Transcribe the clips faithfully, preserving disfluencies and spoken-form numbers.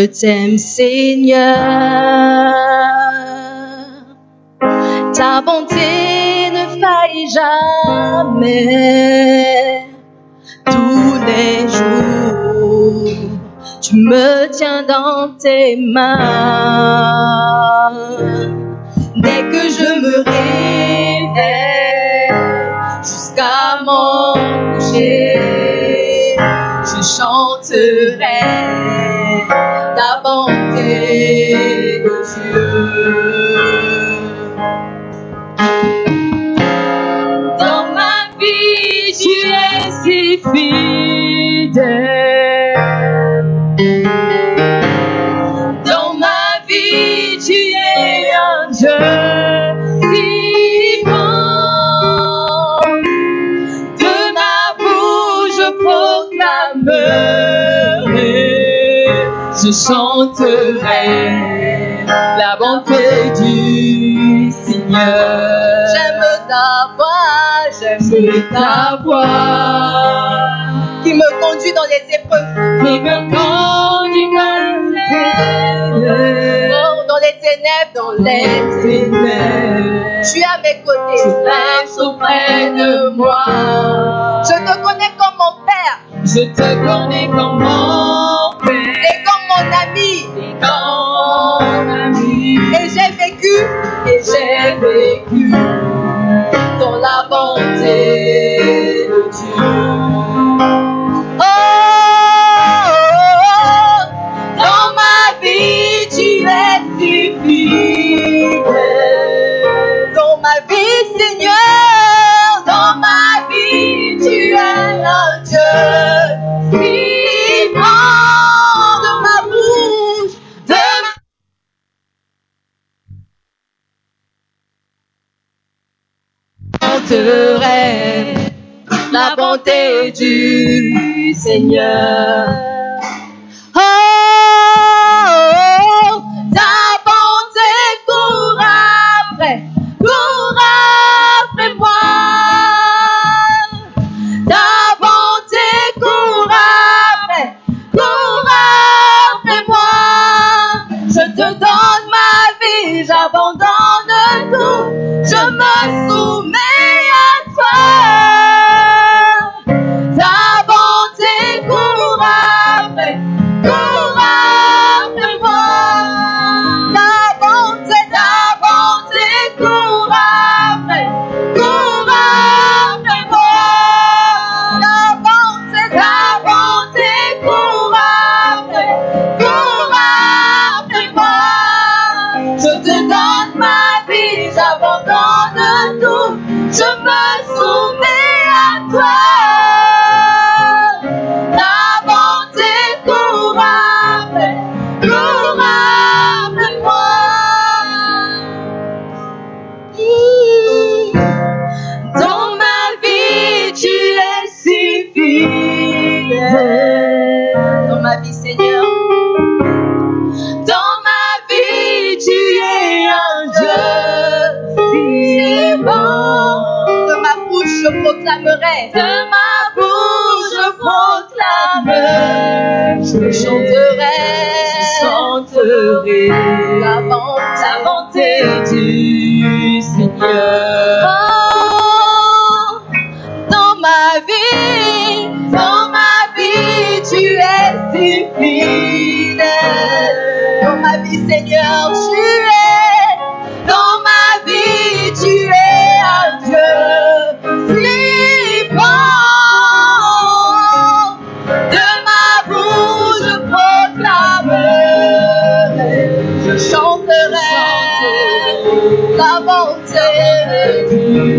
Je t'aime, Seigneur. Ta bonté ne faillit jamais. Tous les jours, tu me tiens dans tes mains. Dès que je me réveille, jusqu'à mon coucher, je chanterai ta bonté de Dieu. Dans ma vie, tu es si fidèle. Dans ma vie, tu es un Dieu si bon. De ma bouche, je proclamerai, je chanterai la bonté du Seigneur. J'aime ta voix, j'aime ta voix, qui me conduit dans les épreuves, qui me conduit dans les ténèbres, oh, dans les ténèbres, dans les ténèbres. Tu es à mes côtés, tu restes auprès de moi. Je te connais comme mon Père, je te connais comme mon Père, et comme mon ami, et comme mon ami. Et j'ai vécu, et j'ai vécu dans la bonté de Dieu. Oh, oh, oh, dans ma vie, tu es si fidèle. Dans ma vie, Seigneur, dans ma vie, tu es un Dieu si bon. De ma bouche, de ma chanterai la bonté du Seigneur. Oh, oh, oh, ta bonté court après, court après moi. Ta bonté court après, court après moi. Je te donne ma vie, j'abandonne tout, je me soumets à toi. Ta bonté court après, court après moi. Ta bonté, ta bonté court après, court après moi. Ta bonté, ta bonté court après, court après moi. Je te donne ma vie, j'abandonne tout, je me soumets à toi. Ta bonté court après, court après moi. Dans ma vie, tu es si fidèle. Dans ma vie, Seigneur. Dans ma vie, tu es un Dieu si bon. De ma bouche, je proclamerai. De ma bouche, je proclamerai. Je chanterai, je chanterai la bonté, la bonté du Seigneur. Oh, dans ma vie, dans ma vie, tu es si fidèle. Dans ma vie, Seigneur, tu es. Dans ma vie, tu es un Dieu si bon. De ma bouche, je proclamerai, je chanterai la bonté du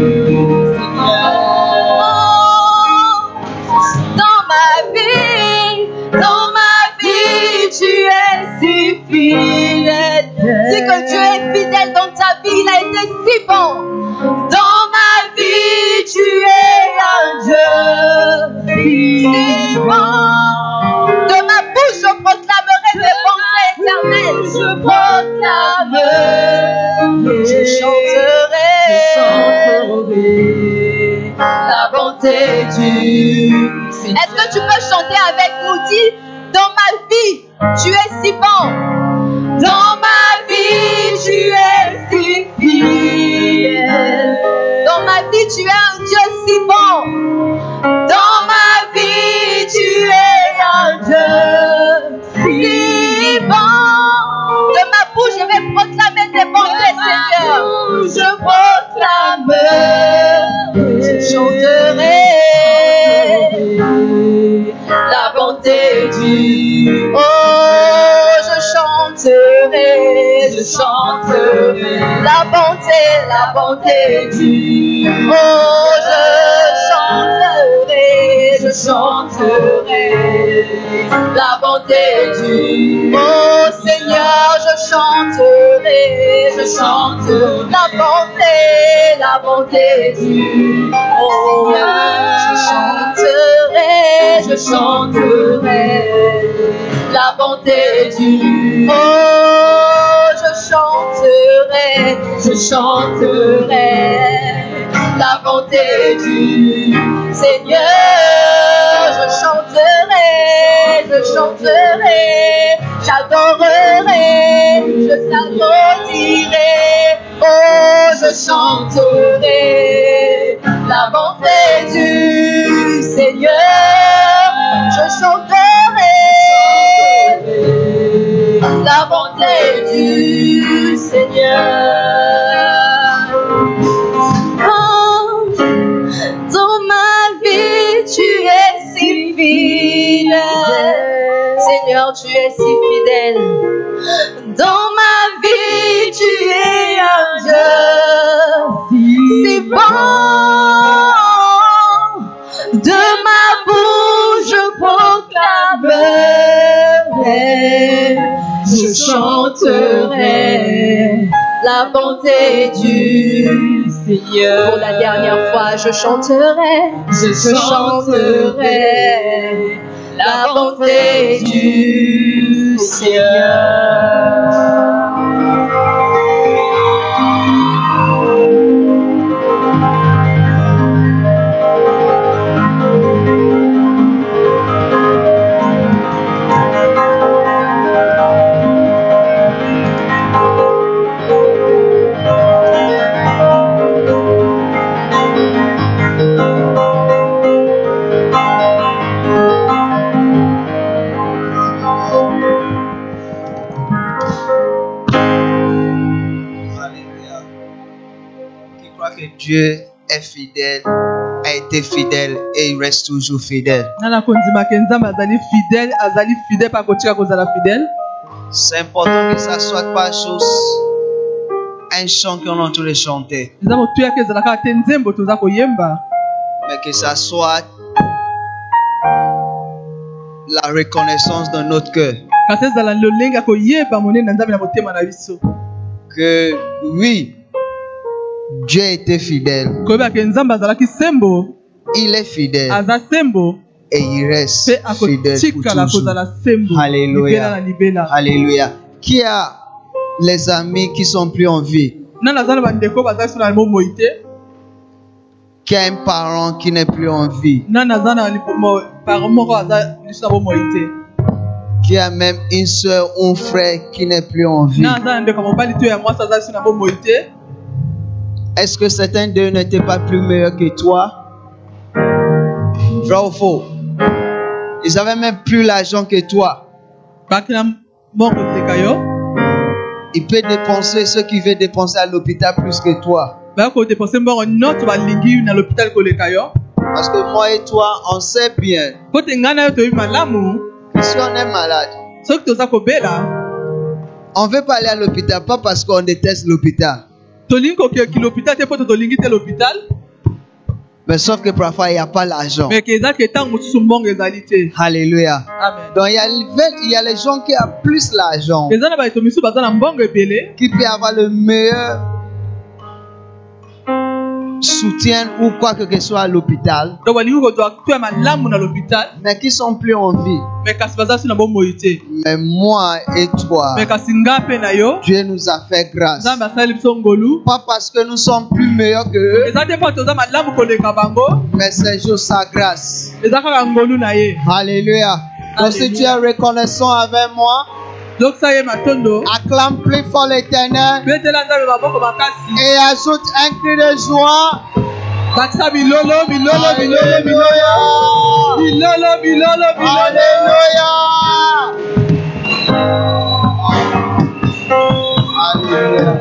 Seigneur. Dans ma vie, dans ma vie, tu es si fidèle. Dis que Dieu est fidèle dans ta vie, il a été si bon. Dans ma vie, tu es un Dieu si bon. De ma bouche, je proclamerai tes bontés éternelles. Je proclamerai, je chanterai, je chanterai la bonté du Seigneur. Est-ce que tu peux chanter avec nous? Dis, dans ma vie, tu es si bon. Dans ma vie, tu es si fidèle. Dans ma vie, tu es un Dieu si bon. Dans ma vie, tu es un Dieu si bon. De ma bouche, je vais proclamer tes bontés, Seigneur. Je proclame, je chanterai la bonté du. Oh, je chanterai, je chanterai la bonté, la bonté du. Oh, je chanterai, je chanterai la bonté du. Oh Seigneur, je chanterai, je chanterai la bonté, la bonté du. Oh, je chanterai, je chanterai la bonté du. Oh, je chanterai, je chanterai la bonté du Seigneur. Je chanterai, je chanterai, j'adorerai, je t'aplaudirai. Oh, je chanterai la bonté du Seigneur. Je chanterai la bonté du Seigneur. Oh, dans ma vie, tu es si fidèle. Seigneur, tu es si fidèle. Dans ma vie, tu es un Dieu si bon. De ma bouche, je proclamerai, je chanterai la bonté du Seigneur. Pour la dernière fois, je chanterai, je chanterai la bonté du Seigneur. Dieu est fidèle, a été fidèle et il reste toujours fidèle. C'est important que ça soit pas juste un chant qu'on entend les chanter, mais que ça soit la reconnaissance de notre cœur. Que oui, Dieu était fidèle. Il est fidèle. Et il reste fidèle pour toujours. Alléluia. Alléluia. Qui a les amis qui sont plus en vie? Qui a un parent qui n'est plus en vie? Qui a même une soeur ou un frère qui n'est plus en vie? Est-ce que certains d'eux n'étaient pas plus meilleurs que toi? Vrai ou faux? Ils avaient même plus l'argent que toi. Il peut dépenser ce qu'il veut dépenser à l'hôpital plus que toi. Parce que moi et toi, on sait bien que si on est malade, on veut pas aller à l'hôpital, pas parce qu'on déteste l'hôpital. Mais sauf que parfois il n'y a pas l'argent. Alléluia. Amen. Donc il y, a, il y a les gens qui ont plus l'argent, qui peuvent avoir le meilleur soutien ou quoi que ce soit à l'hôpital, mais qui sont plus en vie. Mais moi et toi, Dieu nous a fait grâce. Pas parce que nous sommes plus meilleurs qu'eux, mais c'est juste sa grâce. Alléluia. Donc si tu es reconnaissant avec moi, acclame plus fort l'Éternel et ajoute un cri de joie. Alléluia.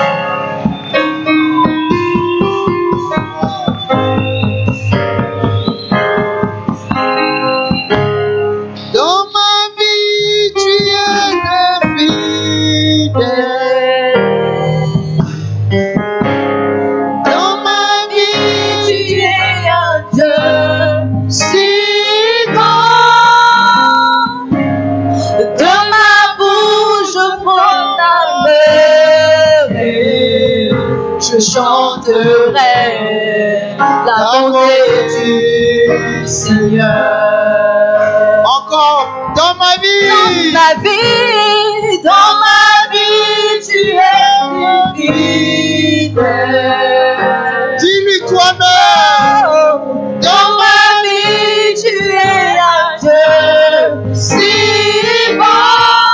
Je chanterai la bonté du Seigneur. Encore dans ma vie, dans ma vie, dans ma vie, tu es fidèle. Dis-lui toi-même, dans ma vie, tu es un Dieu si bon.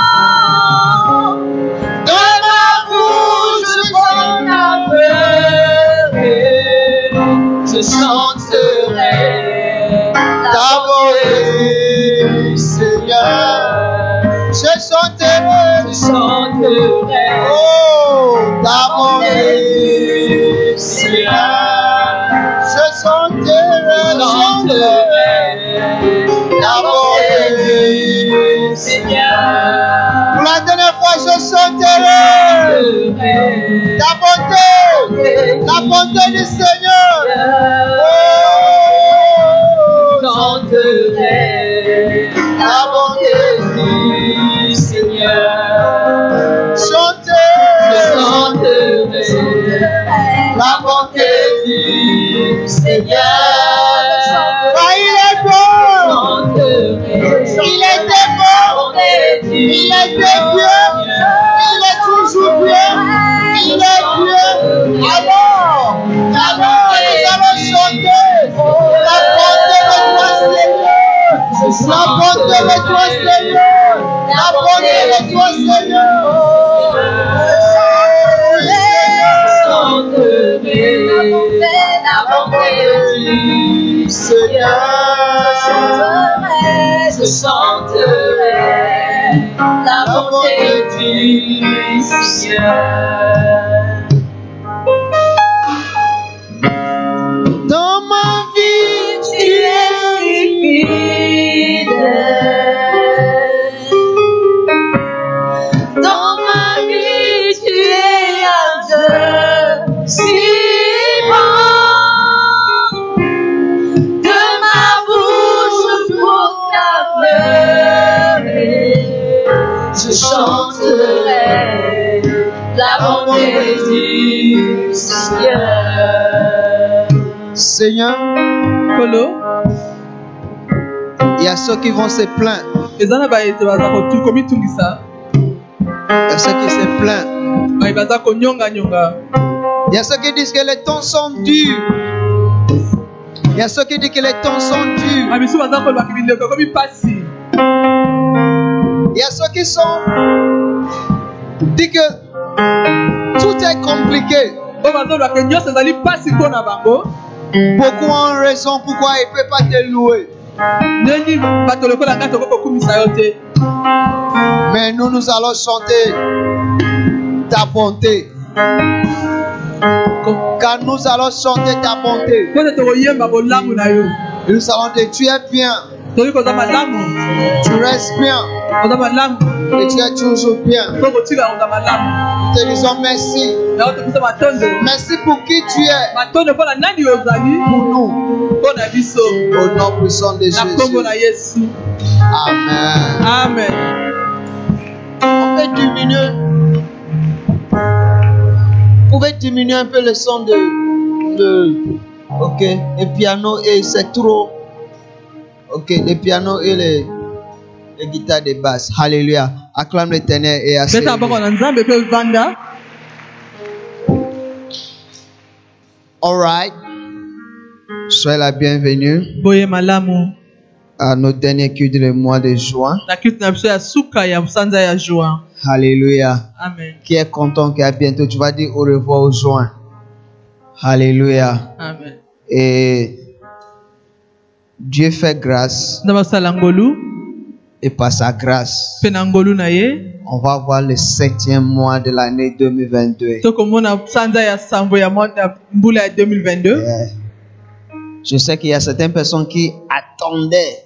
Je chanterai la bonté du Seigneur. Je chanterai, je chanterai oh, la bonté du Seigneur. Je chanterai, chanterai la bonté du Seigneur. Pour la dernière fois, je chanterai la bonté, la bonté du Seigneur. Oh, chanterai la bonté du Seigneur. Chantez, chanterai la bonté du Seigneur. Ah, il est bon, il était bon, il était Dieu, il est toujours Dieu, il est Dieu. Alors, alors nous allons chanter la bonté de toi Seigneur, la bonté de toi Seigneur, la bonté de toi Seigneur. La bonté du Seigneur. Je chanterai la bonté du Seigneur. Dans ma vie, tu es fidèle. Dans ma vie, tu es un Dieu si bon. De ma bouche, je proclamerai. Je chanterai la bonté du Seigneur. Seigneur, il y a ceux qui vont se plaindre. Il y a ceux qui se plaignent. Il y a ceux qui disent que les temps sont durs. Il y a ceux qui disent que les temps sont durs. Il y a ceux qui sont disent que tout est compliqué. Beaucoup ont raison pourquoi ils ne peuvent pas te louer. Mais nous, nous allons chanter ta bonté. Car nous allons chanter ta bonté. Et nous allons dire, tu es bien. Tu restes bien. Et tu es toujours bien. Nous te disons merci. Merci pour qui tu es. Pour nous. Au nom puissant de Jésus. Amen. Amen. On peut diminuer. Vous pouvez diminuer un peu le son de, de ok, le piano et c'est trop. Ok, le piano et les, les guitares de basse. Alléluia. Acclame l'Éternel et assez. All right. Soyez la bienvenue. à notre dernier culte le mois de juin. Alléluia. Amen. Qui est content qu'à bientôt tu vas dire au revoir au juin. Alléluia. Amen. Et Dieu fait grâce. Et par sa grâce, on va voir le septième mois de l'année deux mille vingt-deux. Yeah. Je sais qu'il y a certaines personnes qui attendaient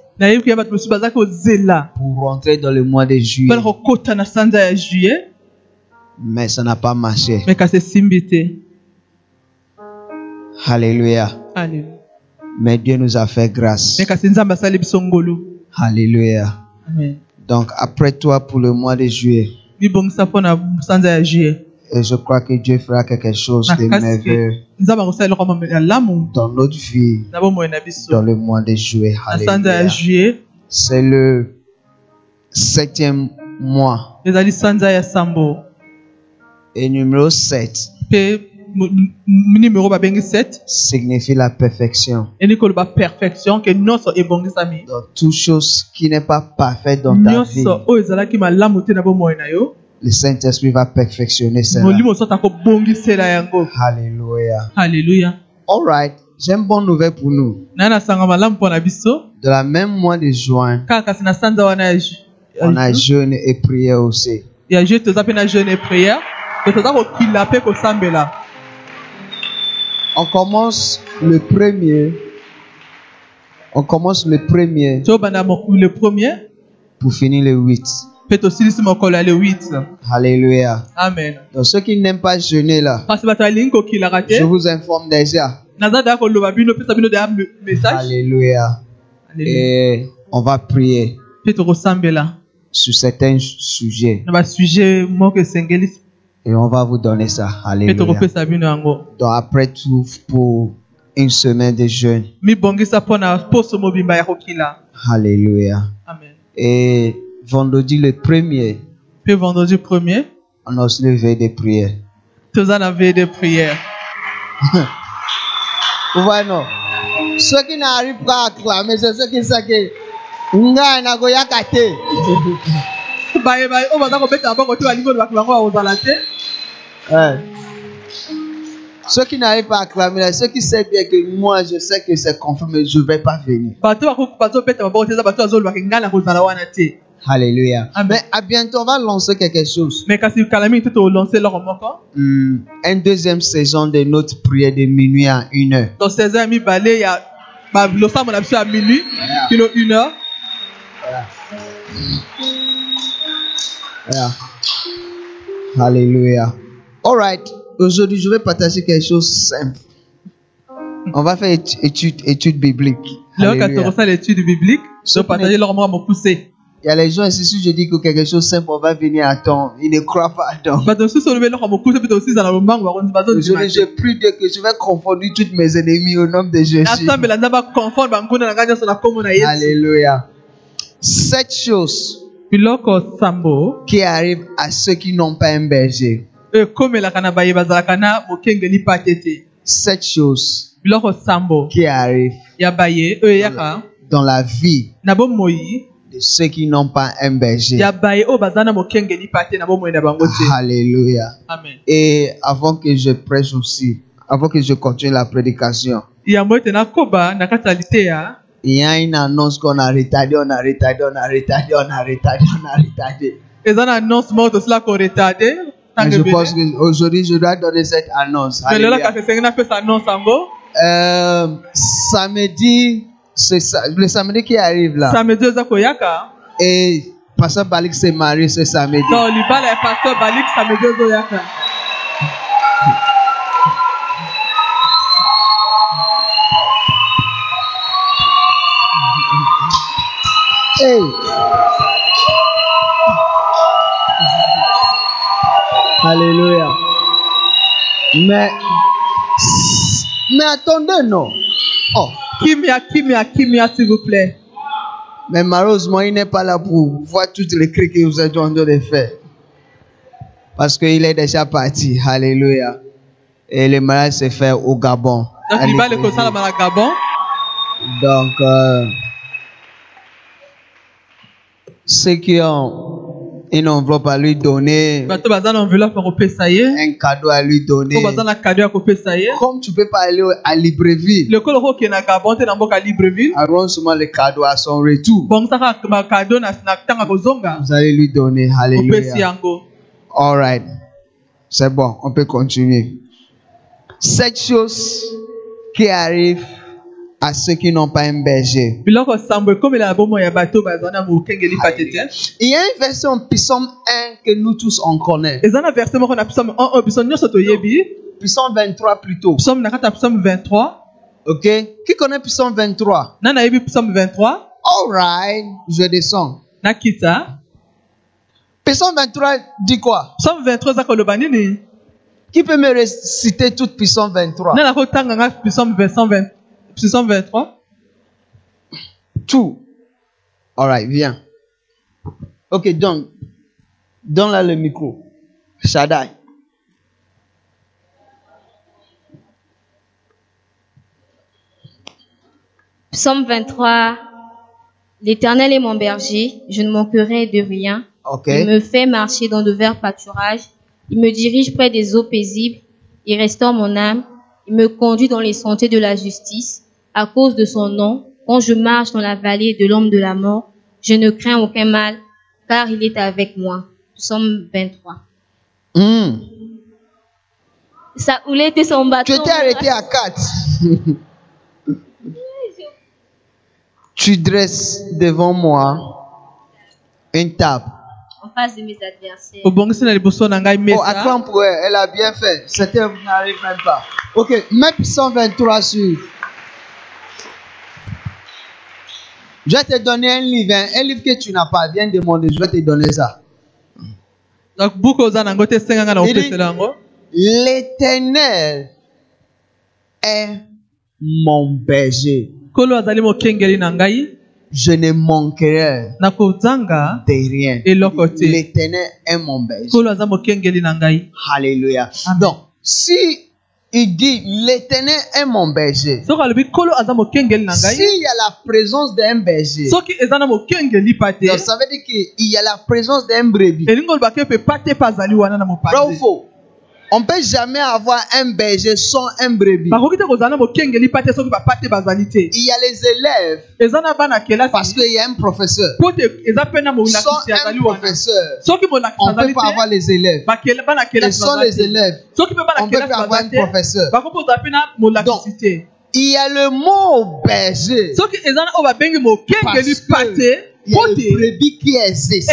pour rentrer dans le mois de juillet. Mais ça n'a pas marché. Alléluia. Mais Dieu nous a fait grâce. Alléluia. Amen. Donc après toi pour le mois de juillet. Et je crois que Dieu fera quelque chose de merveilleux dans notre vie dans le mois de juillet. Alléluia. C'est le septième mois. Et numéro sept signifie la perfection. Donc toute chose qui n'est pas parfaite dans ta vie, le Saint-Esprit va perfectionner cela. Alléluia. Alléluia. All right. J'ai une bonne nouvelle pour nous. De la même mois de juin, on a jeûne et prière aussi. On commence le premier. On commence le premier. Le premier. Pour finir le huit. Alléluia. Amen. Donc ceux qui n'aiment pas jeûner là, je vous informe déjà. Alléluia. Et on va prier sur certains sujets. Et on va vous donner ça. Alléluia. Donc après tout, pour une semaine de jeûne. Alléluia. Amen. Et vendredi le premier, vendredi premier, on a aussi le veille de prière. Tous en avaient des prières. Vous voyez, non? Ceux qui n'arrivent pas à acclamer, c'est ceux qui savent que Nga na goya kate. Ceux qui n'arrivent pas à acclamer, ceux qui savent bien que moi je sais que c'est confirmé, je ne vais pas venir. Alléluia. Amen. Mais à bientôt, on va lancer quelque chose. Mais Hmm, une deuxième saison de notre prière de minuit à une heure. dans seize heures, il y a le samedi à minuit, puis une heure. Yeah. Alléluia. All right. Aujourd'hui, je vais partager quelque chose de simple. On va faire étude, étude biblique. Là, quand on reçoit l'étude biblique, je partager leur mot à me pousser. Il y a les gens ici, si je dis que quelque chose de simple, on va venir à temps. Ils ne croient pas à temps. Aujourd'hui, je prie Dieu que je vais confondre tous mes ennemis au nom de Jésus. Alléluia. Cette chose qui arrive à ceux qui n'ont pas un berger. Cette chose qui arrive dans la vie de ceux qui n'ont pas un berger. Alléluia. Amen. Et avant que je prêche aussi, avant que je continue la prédication, il y a une annonce qu'on a retardée, on a retardé, on a retardé, on a retardé, on a retardé. Mais je pense qu'aujourd'hui, je dois donner cette annonce. Alléluia. Euh, samedi, c'est ça, le samedi qui arrive là. Et Pasteur Balik s'est marié ce samedi. Hey. Alléluia. Mais, mais attendez, non. Oh. Kimia, Kimia, Kimia, s'il vous plaît. Mais malheureusement, il n'est pas là pour voir toutes les cris que vous êtes en train de faire. Parce qu'il est déjà parti. Alléluia. Et le mariage s'est fait au Gabon. Donc, il va le concert à Gabon. Donc, euh, ceux qui ont une enveloppe à lui donner, un cadeau à lui donner. Comme tu ne peux pas aller à Libreville, allons seulement le cadeau à son retour. Vous allez lui donner. Alléluia. All right. C'est bon, on peut continuer. Cette chose qui arrive à ceux qui n'ont pas un berger. Il y a un verset en Psaume un que nous tous on connaît. Psaume vingt-trois plutôt. Ok? Qui connaît Psaume vingt-trois? All right, je descends. Psaume vingt-trois dit quoi? Qui peut me réciter toute Psaume vingt-trois? Psaume vingt-trois. Tout. All right, viens. Ok, donc, donne là le micro. Shaddai. Psaume vingt-trois. L'Éternel est mon berger, je ne manquerai de rien. Okay. Il me fait marcher dans de verts pâturages. Il me dirige près des eaux paisibles. Il restaure mon âme. Il me conduit dans les sentiers de la justice. À cause de son nom, quand je marche dans la vallée de l'ombre de la mort, je ne crains aucun mal, car il est avec moi. Psaume vingt-trois. Mm. Ça, où était son bâton? Tu t'es arrêté à quatre. Tu dresses devant moi une table. En face de mes adversaires. Oh, attends pour elle, elle a bien fait. C'était vous n'arrive même pas. Ok, mets Psaume vingt-trois sur. Je vais te donner un livre, hein, un livre que tu n'as pas. Viens demander, je vais te donner ça. L'Éternel est mon berger. Je ne manquerai de rien. L'Éternel est mon berger. Alléluia. Donc, si il dit l'Éternel est mon berger, s'il y a la présence d'un berger, donc ça veut dire qu'il y a la présence d'un brebis. Vrai ou faux? On ne peut jamais avoir un berger sans un brebis. Il y a les élèves parce qu'il y a un professeur. Sans un professeur, on ne peut pas avoir les élèves. Et sans les élèves, on ne peut pas avoir un professeur. Donc, il y a le mot berger parce que il y a le brebis qui existe.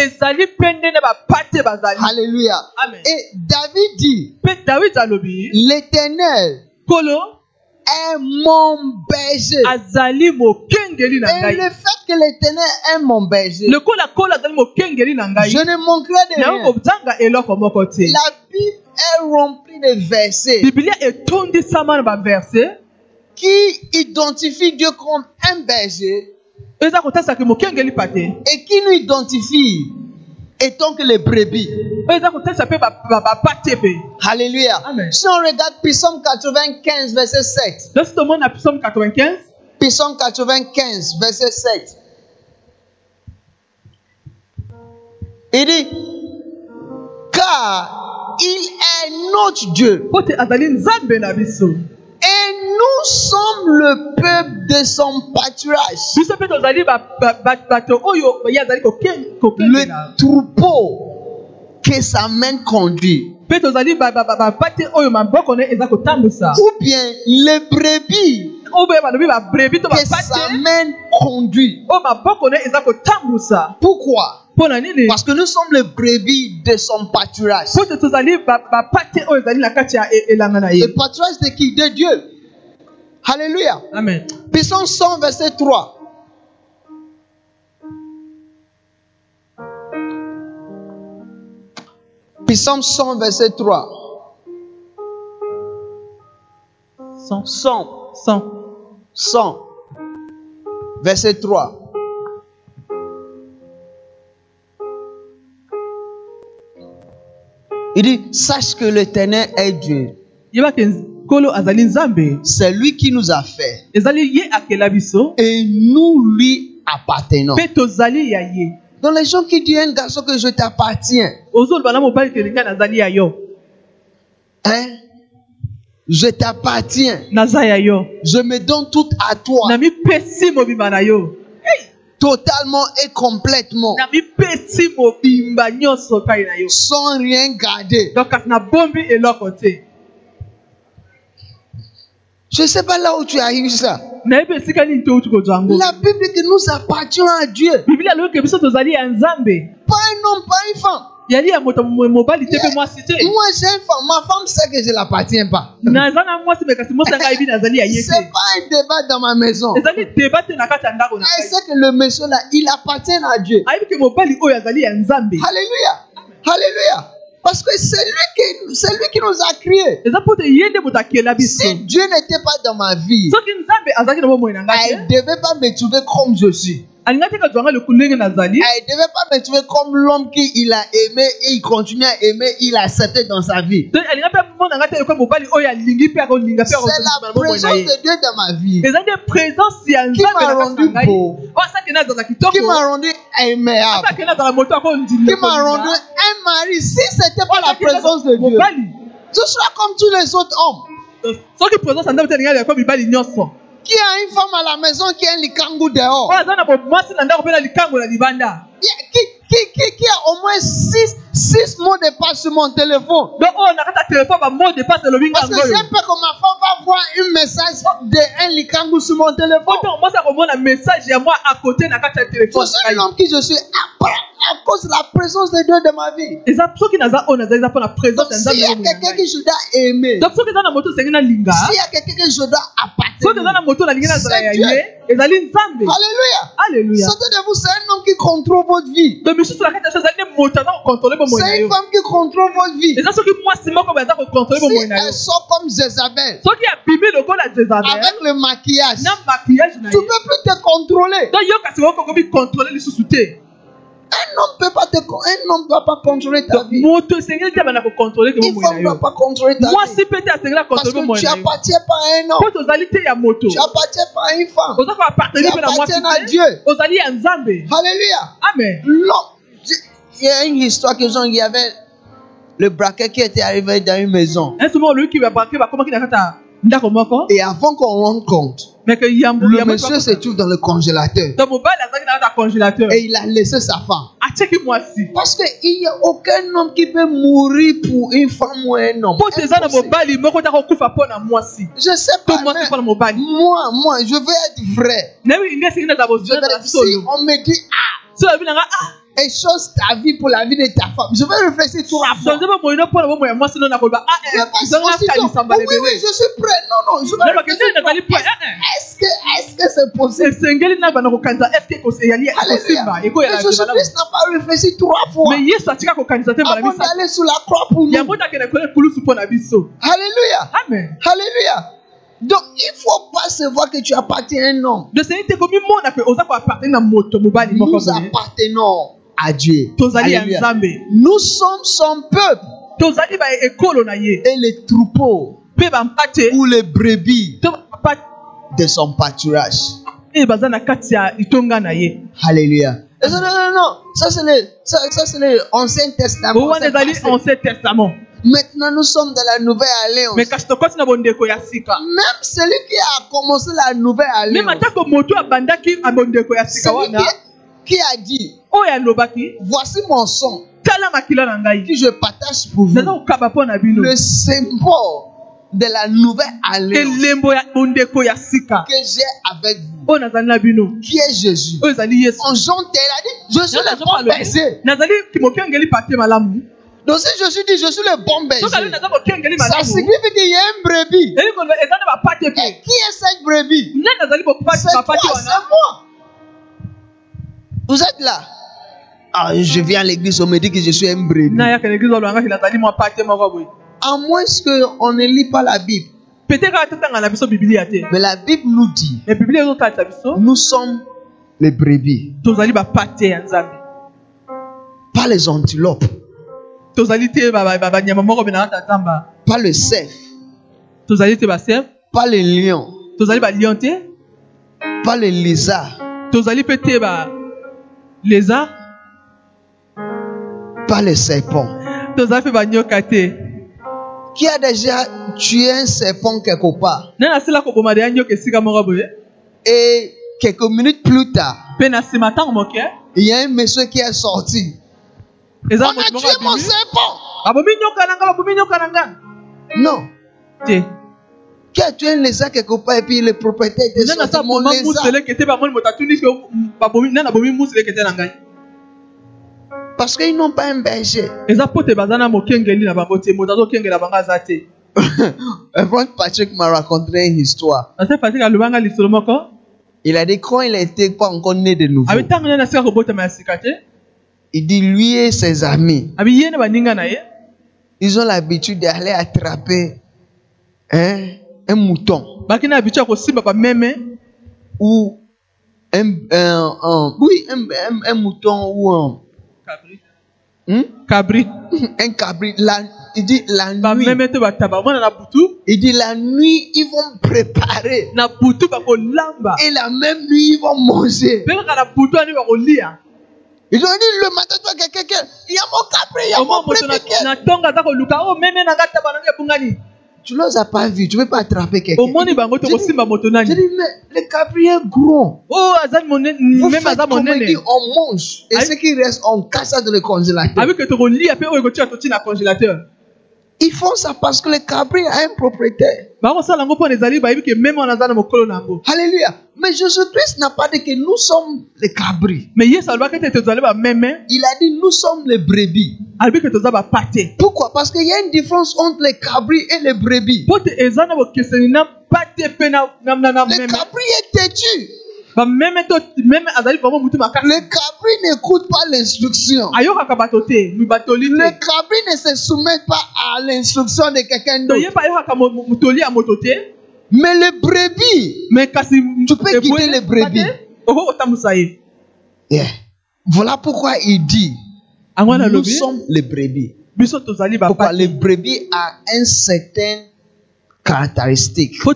Alléluia. Amen. Et David dit, l'Éternel est mon berger. Et le fait que l'Éternel est mon berger, je ne manquerai de rien. La Bible est remplie de versets qui identifient Dieu comme un berger et qui nous identifie étant que les brebis. Alléluia. Amen. Si on regarde Psaume quatre-vingt-quinze, verset sept. Psaume quatre-vingt-quinze. Psaume quatre-vingt-quinze, verset sept. Il dit, car il est notre Dieu. Et nous sommes le peuple de son pâturage. Le troupeau que sa main conduit. Ou bien les brebis que sa main conduit. Pourquoi? Parce que nous sommes les brebis de son pâturage. Le pâturage de qui? De Dieu. Alléluia. Amen. Psaume cent, verset trois. Psaume cent, verset trois. cent. cent. cent. cent. Verset trois. Il dit, sache que l'Éternel est Dieu. C'est lui qui nous a fait. Et nous lui appartenons. Donc les gens qui disent un garçon que je t'appartiens. Hein? Je t'appartiens. Je me donne tout à toi. Totalement et complètement. Sans rien garder. Je ne sais pas là où tu as eu ça. La Bible dit que nous appartenons à Dieu. Pas un homme, pas une femme. Yeah. Moi j'ai une femme, ma femme sait que je ne l'appartiens pas. C'est pas un débat dans ma maison. Elle sait que le monsieur là, il appartient à Dieu. Alléluia. Alléluia. Parce que c'est lui qui, c'est lui qui nous a créés. Si Dieu n'était pas dans ma vie, elle ne devait pas me trouver comme je suis. Elle ne devait pas me trouver comme l'homme qu'il a aimé et il continue à aimer, il a accepté dans sa vie. C'est la présence de Dieu dans ma vie qui m'a rendu beau, qui m'a rendu aimable, qui m'a rendu un mari. Si ce n'était pas la présence de Dieu, je serais comme tous les autres hommes. Qui a une femme à la maison qui a un likangu dehors? Qui, qui, qui, qui a au moins six, six mots de passe sur mon téléphone? Parce que j'ai peur que ma femme va voir un message d'un likangu sur mon téléphone. Je suis un homme qui je suis à cause de la présence de Dieu dans ma vie. Donc, s'il y a quelqu'un que je dois aimer, s'il y a quelqu'un que je dois appartenir, c'est Dieu. Alléluia. Alléluia. Certains de vous, c'est un homme qui contrôle votre vie. C'est une femme qui contrôle votre vie. Si elle sort comme Jézabel, avec le maquillage, tu ne peux plus te contrôler. Un homme ne peut pas te, un homme doit pas contrôler ta vie. Une femme ne doit pas contrôler ta vie. Parce que tu appartiens pas à un homme. Tu appartiens pas à une femme. Tu appartiens à Dieu. Alléluia. Amen. Il y a une histoire que il y avait le braquet qui était arrivé dans une maison. Et avant qu'on rende compte, le monsieur se trouve dans le congélateur. Et il a laissé sa femme. Parce qu'il n'y a aucun homme qui peut mourir pour une femme ou un homme. Je ne sais pas. Moi, moi, je veux être vrai. Je veux, si on me dit, ah, et chose ta vie pour la vie de ta femme, je vais réfléchir trois fois. Je vais pas oui, oui, je suis prêt. Non, non, je vais réfléchir. Est-ce que est-ce que c'est possible? Alléluia. Jésus-Christ n'a pas réfléchi trois fois avant d'aller sur la croix pour nous. Alléluia. Amen. Alléluia. Donc, il ne faut pas se voir que tu appartiens à un homme. Nous appartenons à Dieu. Alléluia. Nous sommes son peuple. Et les troupeaux ou les brebis de son pâturage. Alléluia. Non, non, non, non. Ça, c'est le, ça, ça, c'est le Ancien Testament. Maintenant, nous sommes dans la Nouvelle Alliance. Même celui qui a commencé la Nouvelle Alliance, celui qui, qui a dit, voici mon sang que je partage pour vous, le symbole de la Nouvelle Alliance que j'ai avec vous, qui est Jésus. En Jean, il a dit, je suis le bon berger. Donc si Jésus dit, je suis le bon berger, ça signifie qu'il y a une brebis. Et qui est cette brebis? C'est toi, c'est moi. Vous êtes là. Ah, je viens à l'église, on me dit que je suis une brebis. À moins qu'on ne lit pas la Bible. Mais la Bible nous dit, nous sommes les brebis. Pas les antilopes. Pas le cerf. Pas les lions. Pas les lézards. pas le serpent. Qui a déjà tué un serpent quelque part? Et quelques minutes plus tard, il y a un monsieur qui est sorti. On a tué mon serpent. Non. Qui a tué un lézard quelque part et puis le propriétaire était sorti. Mon lézard. Parce qu'ils n'ont pas un berger. Franck Patrick m'a raconté une histoire. Il a dit quand il n'était pas encore né de nouveau. Il dit lui et ses amis, ils ont l'habitude d'aller attraper hein, un mouton. Ou un, un, un, oui, un, un, un mouton ou un cabri. Hmm? Cabri. Un cabri. La, il dit la nuit. Il dit la nuit, ils vont préparer. Et la même nuit, ils vont manger. Ils ont dit le matin, toi, quelqu'un, il y a mon cabri, il y a mon préféré. Tu ne les as pas vus, tu ne peux pas attraper quelqu'un. Je dis, mais le cabri est gros. Vous faites comme il dit, on mange. Et ce qui reste, on casse ça dans le congélateur. Ils font ça parce que le cabri a un propriétaire. Alléluia. Mais Jésus-Christ n'a pas dit que nous sommes les cabris. Il a dit nous sommes les brebis. Pourquoi? Parce qu'il y a une différence entre les cabris et les brebis. Le cabri est têtu. Le cabri n'écoute pas l'instruction. Le cabri ne se soumet pas à l'instruction de quelqu'un d'autre. Mais le brebis, tu peux quitter le brebis. Yeah. Voilà pourquoi il dit nous sommes les brebis. Pourquoi? Le brebis a un certain caractéristique qui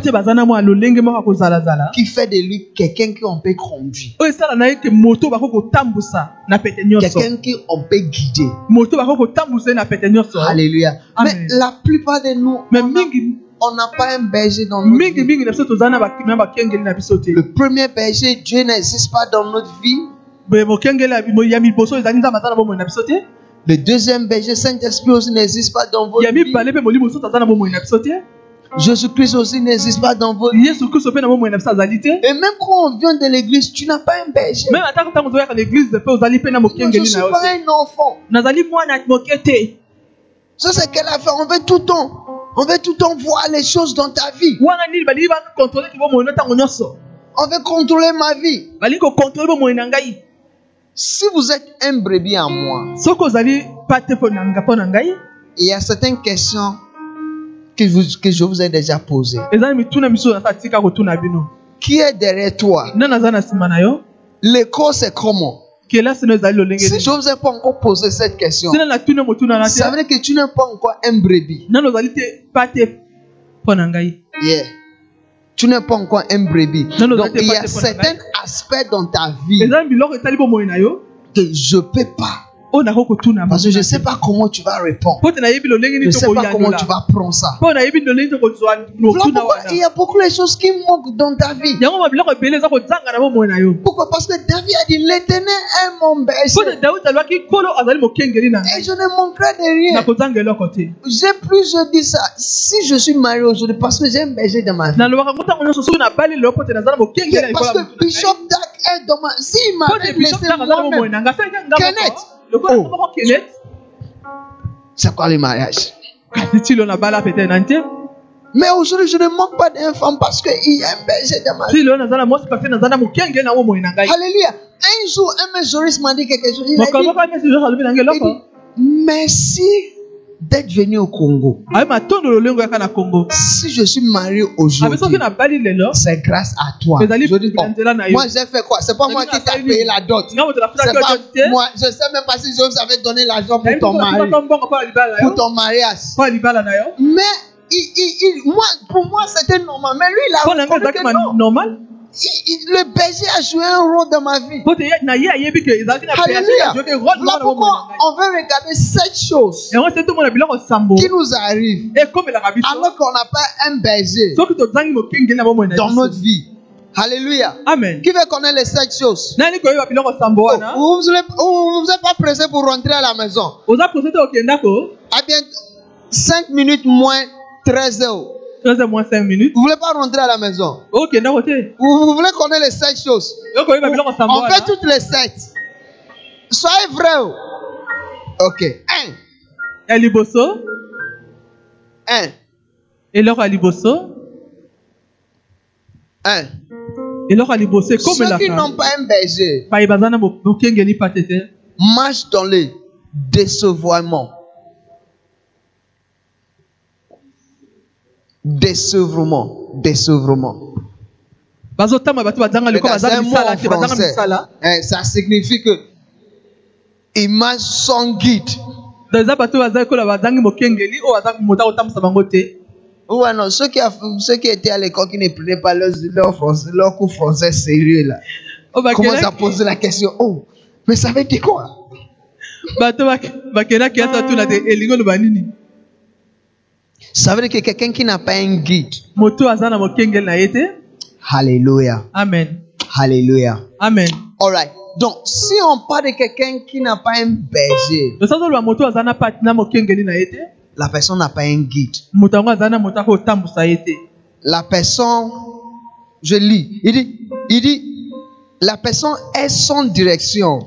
fait de lui quelqu'un qu'on peut conduire, quelqu'un qu'on peut guider. Alléluia. Amen. Mais la plupart de nous, on n'a pas un berger dans notre vie. Le premier berger, Dieu n'existe pas dans notre vie. Le deuxième berger, Saint-Esprit aussi n'existe pas dans votre vie. Jésus-Christ aussi n'existe pas dans votre vie. Et même quand on vient de l'église, tu n'as pas un berger. Je ne suis pas un enfant. Ça, c'est qu'elle a fait. On veut tout le temps. On veut tout le temps voir les choses dans ta vie. On veut contrôler ma vie. Si vous êtes un brebis à moi, il y a certaines questions que, vous, que je vous ai déjà posées. Qui est derrière toi? L'écho, c'est comment? Si je ne vous ai pas encore posé cette question, ça veut dire que tu n'es pas encore un brebis. Yeah. Tu n'es pas encore un brebis. Donc il y a certains aspects dans ta vie que je ne peux pas. Parce que je ne sais pas comment tu vas répondre. Je ne sais pas comment tu vas prendre ça. Voilà pourquoi il y a beaucoup de choses qui manquent dans ta vie. Pourquoi? Parce que David a dit l'Éternel est mon berger. Et je ne manquerai de rien. J'ai plus je dis ça. Si je suis marié aujourd'hui, parce que j'ai un berger dans ma vie. Parce que Bishop Dak est dans ma vie. S'il m'avait laissé moi-même, Kenneth. Oh. C'est quoi le mariage? Mais aujourd'hui, je ne manque pas d'un femme parce qu'il y a un berger dans ma vie. Alléluia. Un jour, un majoriste m'a dit quelque chose. Il a dit, merci d'être venu au Congo. Si je suis marié aujourd'hui, c'est grâce à toi. Je dis, bon, moi j'ai fait quoi? C'est pas moi qui t'ai payé la dot. C'est pas moi. Je sais même pas si je vous avais donné l'argent pour ton mari, pour ton mariage. Mais il, il, il, moi, pour moi c'était normal. Mais lui il a répondu que non. Le berger a joué un rôle dans ma vie. Alléluia. Voilà pourquoi on veut regarder cette chose qui nous arrive alors qu'on n'a pas un berger dans notre vie. Alléluia. Amen. Qui veut connaître les sept choses? Oh, vous ne vous êtes pas pressé pour rentrer à la maison. À bien cinq minutes moins treize heures. treize heures moins cinq minutes. Vous ne voulez pas rentrer à la maison. Ok, non, ok. Vous, vous voulez connaître les sept choses. On fait toutes les sept. Soyez vrai. Ok. Un. Aliboso. Un. Et leur aliboso. Un. Et leur aliboso. Ceux qui n'ont pas un berger marchent dans le décevoirement. Décevement, décevement. C'est un mot en français. Eh, ça signifie que il marche sans guide. Ouais, non, ceux qui, a, ceux qui étaient à l'école qui ne prenaient pas leur, leur, français, leur cours français sérieux là, commencent à poser la question. Oh, mais ça veut dire quoi? Ça veut dire que quelqu'un qui n'a pas un guide. Alléluia. Amen. Alléluia. Amen. Alright. Donc, si on parle de quelqu'un qui n'a pas un berger, la personne n'a pas un guide. La personne, je lis, il dit, il dit, la personne est sans direction.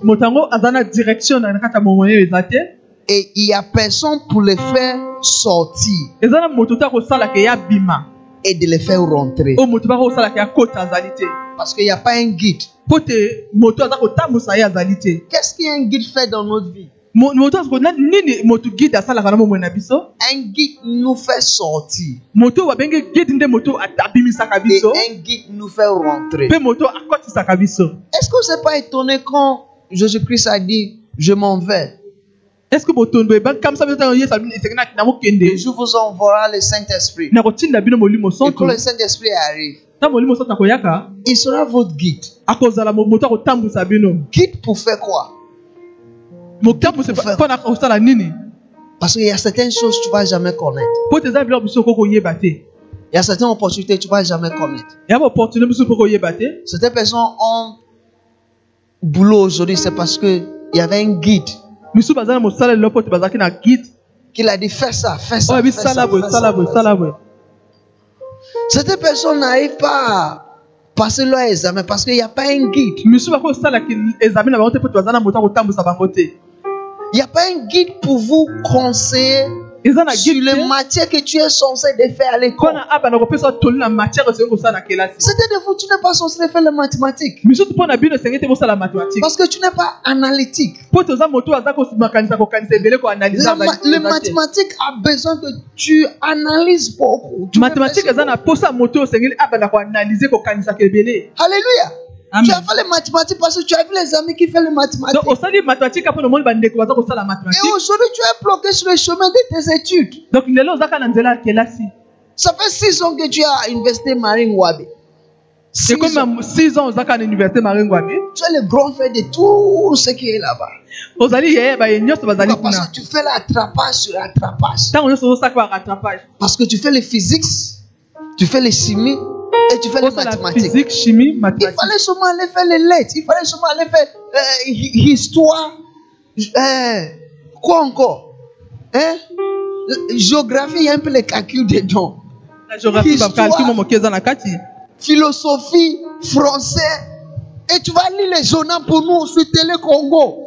Et il n'y a personne pour les faire sortir et de les faire rentrer. Parce qu'il n'y a pas un guide. Qu'est-ce qu'un guide fait dans notre vie? Un guide nous fait sortir. Et un guide nous fait rentrer. Est-ce que vous n'êtes pas étonné quand Jésus-Christ a dit, je m'en vais? Est-ce que et je vous enverrai le Saint-Esprit. Et quand le Saint-Esprit arrive, il sera votre guide. Guide pour faire quoi? Pour faire... Parce qu'il y a certaines choses que tu ne vas jamais connaître. Il y a certaines opportunités que tu ne vas jamais connaître. Certaines personnes ont boulot aujourd'hui, c'est parce qu'il y avait un guide. Qu'il a dit fais ça, fais ça. Fais ça, fais ça, fais ça. Certaines personnes n'arrivent pas à passer leur examen parce qu'il n'y a pas un guide. Il n'y a pas un guide pour vous conseiller sur les matières que tu es censé de faire à l'école. C'était de vous, tu n'es pas censé faire les mathématiques. Parce que tu n'es pas analytique. Le mathématique a besoin que tu analyses beaucoup. Alléluia. Amen. Tu as fait les mathématiques parce que tu as vu les amis qui font les mathématiques. Et aujourd'hui, tu es bloqué sur le chemin de tes études. Ça fait six ans que tu es à l'université Marine Wabi. C'est comme six ans à l'université Marine Wabi. Tu es le grand frère de tout ce qui est là-bas. Parce que tu fais l'attrapage sur l'attrapage. Parce que tu fais les physiques, tu fais les chimie. Et tu fais les mathématiques. Physique, chimie, mathématiques. Il fallait seulement aller faire les lettres. Il fallait seulement aller faire euh, histoire. Euh, quoi encore? Hein? Géographie, il y a un peu les calculs dedans. La géographie, histoire, philosophie, français. Et tu vas lire les journaux pour nous sur Télé Congo.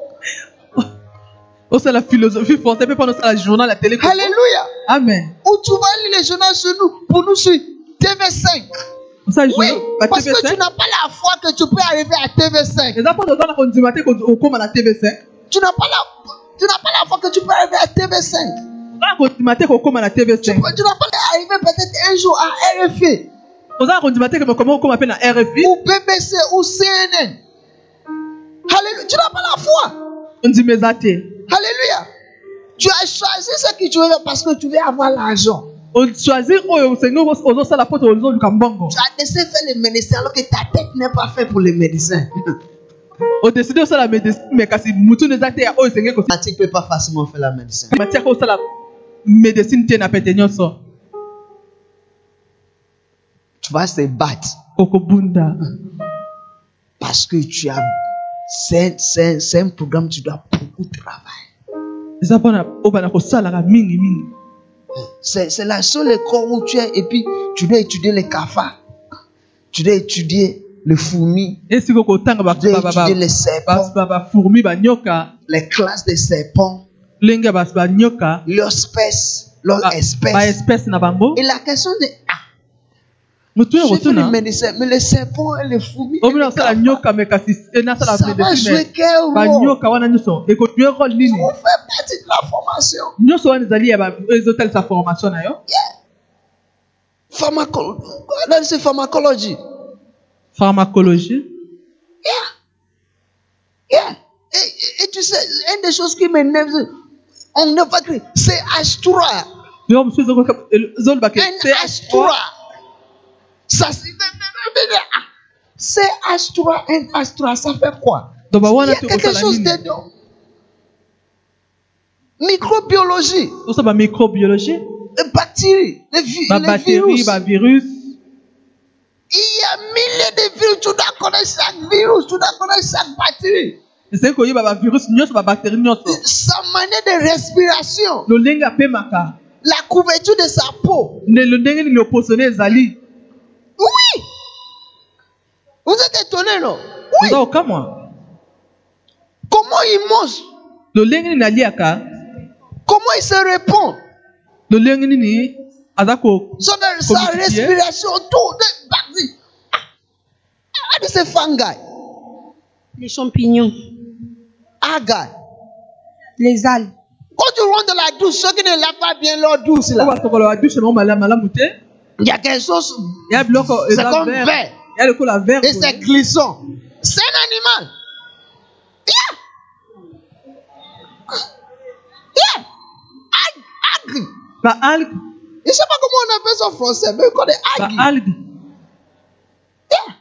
Oh, c'est la philosophie française. Mais pendant ça, la journal, la Télé Congo. Alléluia. Amen. Ou tu vas lire les journaux sur nous, pour nous sur T V cinq. Ça, oui, parce que tu n'as pas la foi que tu peux arriver à T V cinq. Tu n'as pas la, tu n'as pas la foi que tu peux arriver à T V cinq. Tu, tu n'as pas arriver peut-être un jour à R F I. Ou B B C ou C N N. Alléluia. Tu n'as pas la foi. Alléluia. Tu as choisi ce que tu veux parce que tu veux avoir l'argent. On choisit au Seigneur aux autres la porte aux autres kambongo. Tu as décidé de faire le médecin alors que ta tête n'est pas faite pour les médecins. On décide de faire la médecine mais quand si mutu ne zate ya au Seigneur ko. Tu peux pas facilement faire la médecine. Matière ko la médecine tient à péter nyonso. Tu vas se battre. Kokobunda. Parce que tu as c'est c'est c'est un programme tu dois beaucoup travailler. Ça pona obana ko sala ka mingi mingi. C'est, c'est la seule école où tu es et puis tu dois étudier les cafards. Tu dois étudier les fourmis. Tu dois étudier les serpents. Les classes de serpents. Leur espèce. Leur espèce. Et la question de... Ah, j'ai fait le médecin, mais les serpents et les fourmis et les cafards, ça va jouer quel rôle? On fait partie de la formation. Yeah. Pharmacologie. C'est pharmacologie. Pharmacologie. Yeah. Yeah. Et, et, et tu sais, une des choses qui m'énerve, on ne va pas c'est H trois. Un H trois. Ça, c'est H trois, un H trois, ça fait quoi? Il y a quelque chose dedans. Microbiologie. Microbiologie. Les bactéries, les, vi les bactéries, virus. virus. Il y a milliers de virus, tu dois connaître chaque virus, tu dois connaître chaque bactérie. C'est qu'il y a des virus, des bactéries. Sa manière de respiration. La couverture de sa peau. Oui. Vous êtes étonné, non? Oui. Comment il mange? Comment il se répond? Sa, sa respiration, tout. Ah, c'est fungi. Les champignons. Agar. Les algues. Quand tu rentres dans la douche, ceux qui ne lavent pas bien leur douche là. Il y a quelque chose. C'est comme vert. Et c'est glissant. C'est un animal. Yeah. Yeah. Algue. Bah, algue. Je ne sais pas comment on appelle ça en français, mais on connaît algue. Bah, algue. Yeah.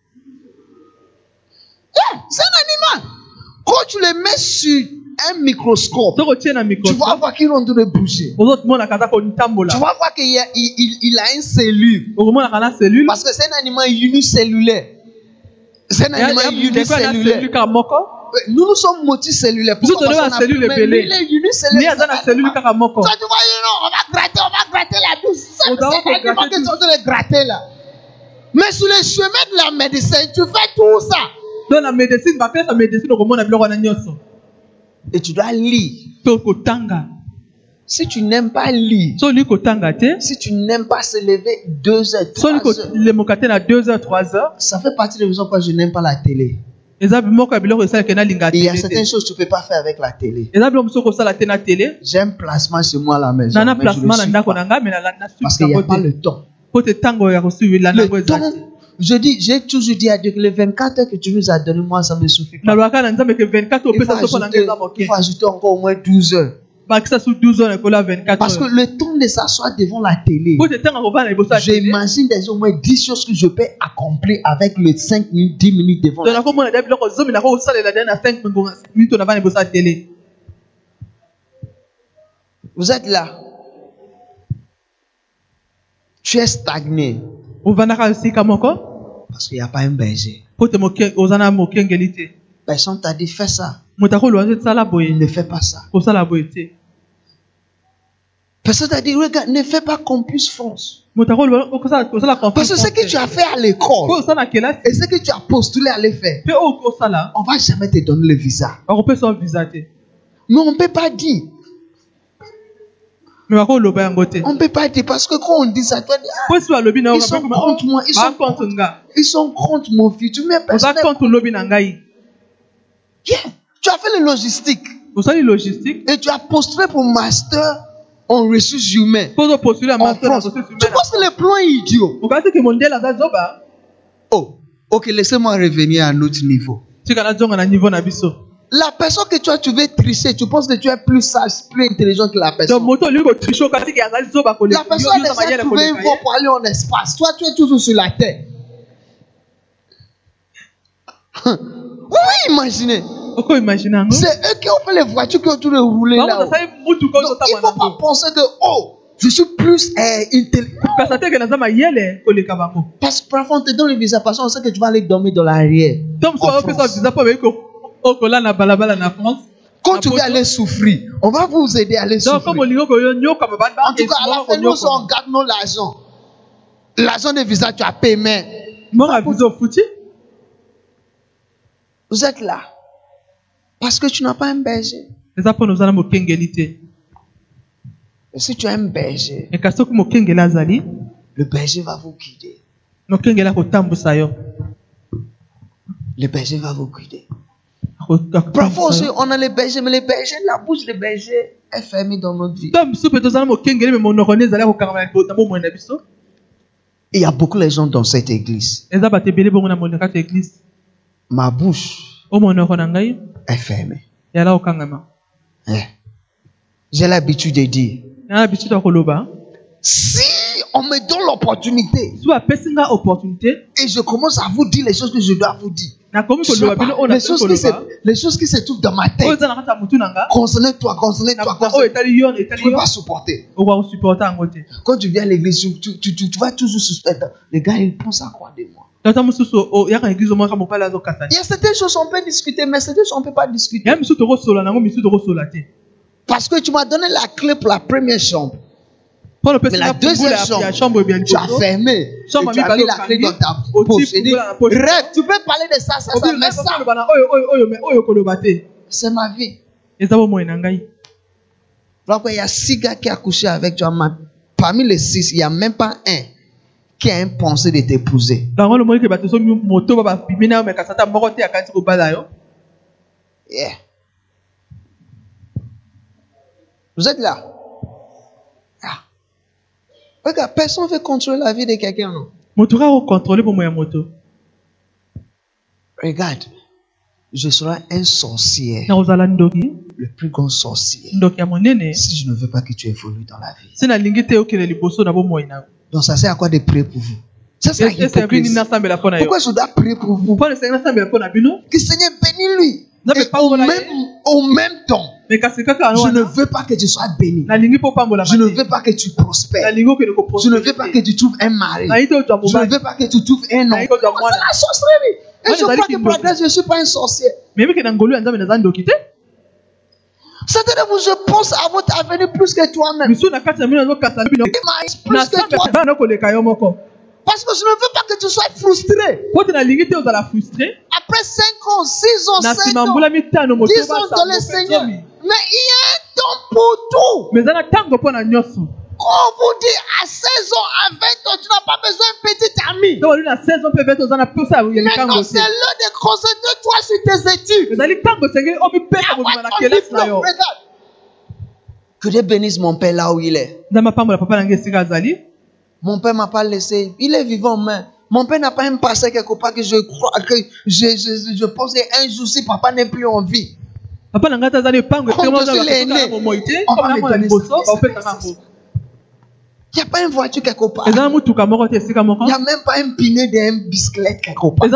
Yeah. C'est un animal. Quand tu le mets sur un microscope, tu vas voir qu'il est en train de bouger. Tu vas voir qu'il y a, il, il, il a une cellule. Parce que c'est un animal unicellulaire. C'est un animal unicellulaire. Nous, nous sommes multicellulaires. Pourquoi? Parce qu'on a cellule mais lui, il est unicellulaire. Toi, tu vois, non, on va gratter, on va gratter la douce. C'est un animal qui est en train de gratter là. Mais sur les chemins de la médecine, tu fais tout ça. Dans la médecine, va faire sa médecine au moment où et tu dois lire. Si tu n'aimes pas lire, si tu n'aimes pas se lever deux heures, trois heures, ça fait partie de la raison pourquoi je n'aime pas la télé. Il y a certaines choses que tu ne peux pas faire avec la télé. J'ai un placement chez moi à la maison. Mais je le suis pas. Parce qu'il n'y a pas le temps. Le temps. Je dis, j'ai toujours dit à Dieu que les vingt-quatre heures que tu nous as donné, moi, ça ne me suffit pas. Il faut ajouter, il faut ajouter encore au moins douze heures. Parce que le temps de s'asseoir devant la télé, j'imagine déjà au moins dix choses que je peux accomplir avec les cinq minutes, dix minutes devant la télé. Vous êtes là. Tu es stagné. Parce qu'il n'y a pas un berger. Personne t'a dit fais ça. Ne fais pas ça. Personne t'a dit regarde, ne fais pas campus France. Parce que ce que tu as fait à l'école et ce que tu as postulé à le faire, on ne va jamais te donner le visa. Mais on ne peut pas dire. On ne peut pas dire parce que quand on dit ça, toi, ah, ils sont contre moi, ils sont contre, ils sont contre mon fils. Tu mets personne. Yeah. Tu as fait le logistique. Et tu as postulé pour master en ressources humaines. En France. Tu penses que le plan est idiot? Oh, ok, laissez-moi revenir à un autre niveau. La personne que tu as, tu veux tricher, tu penses que tu es plus sage, plus intelligent que la personne. La personne a déjà trouvé une voie pour aller en espace. Toi, tu es toujours sur la terre. Oui, imaginez. C'est eux qui ont fait les voitures qui ont tout roulé là. Donc, il ne faut pas penser que, oh, je suis plus euh, intelligent. Parce que parfois, on te donne le visa parce qu'on sait que tu vas aller dormir dans l'arrière. Quand tu veux aller souffrir, on va vous aider à aller souffrir. En tout cas, à la fin, nous, on garde nos l'argent. L'argent de visa, tu as payé, mais vous êtes là. Parce que tu n'as pas un berger. Et si tu as un berger, le berger va vous guider. Le berger va vous guider. Parfois aussi, on a les bergers, mais les bergers, la bouche des bergers est fermée dans notre vie. Il y a beaucoup de gens dans cette église. Ma bouche est fermée. J'ai l'habitude de dire, si on me donne l'opportunité et je commence à vous dire les choses que je dois vous dire, pas, les, choses qui se, les choses qui se trouvent dans ma tête concernant toi, concernant toi, concernant toi, tu ne peux pas supporter. Quand tu viens à l'église, tu, tu, tu, tu vas toujours suspecter. Les gars, ils pensent à quoi de moi? Il y a certaines choses on peut discuter, mais certaines choses on ne peut pas discuter. Parce que tu m'as donné la clé pour la première chambre. Mais la deuxième chambre, tu as fermé. Et tu as mis la clé dans ta poche. Et dit, rêve, tu peux parler de ça, ça, ça, mais ça. C'est ma vie. Donc, il y a six gars qui ont couché avec toi. Parmi les six, il n'y a même pas un qui a une pensée de t'épouser. Yeah. Vous êtes là? Ah. Regarde, personne ne veut contrôler la vie de quelqu'un, non? Regarde, je serai un sorcier. Le plus grand sorcier. Si je ne veux pas que tu évolues dans la vie. Donc ça sert à quoi de prier pour vous? Ça sert à hypocrisie. Pourquoi je dois prier pour vous? Que le Seigneur bénisse lui. Et au même, au même temps, je ne veux pas que tu sois béni. Je ne veux pas que tu prospères. Je ne veux pas que tu trouves un mari. Je ne veux pas que tu trouves un homme. C'est la sorcellerie. Et je crois que pour la grâce, je ne suis pas un sorcier. C'est-à-dire que je pense à votre avenir plus que toi-même. Plus que toi. Parce que je ne veux pas que tu sois frustré. Après cinq ans, six ans, sept ans, dix ans dans le Seigneur. Mais il y a un temps pour tout. Quand on vous dit à seize ans, à vingt ans, tu n'as pas besoin d'un petit ami. Maintenant, c'est l'heure de concentrer-toi sur tes études. Regarde. Que Dieu bénisse mon père là où il est. Mon père m'a pas laissé. Il est vivant, mais mon père n'a pas un passé quelque part que je crois que je, je, je pense qu'un jour si papa n'est plus en vie. Quand je suis l'aîné, on va me donner ça. Il n'y a pas une voiture quelque part. Il n'y a même pas un pneu d'un bicyclette quelque part.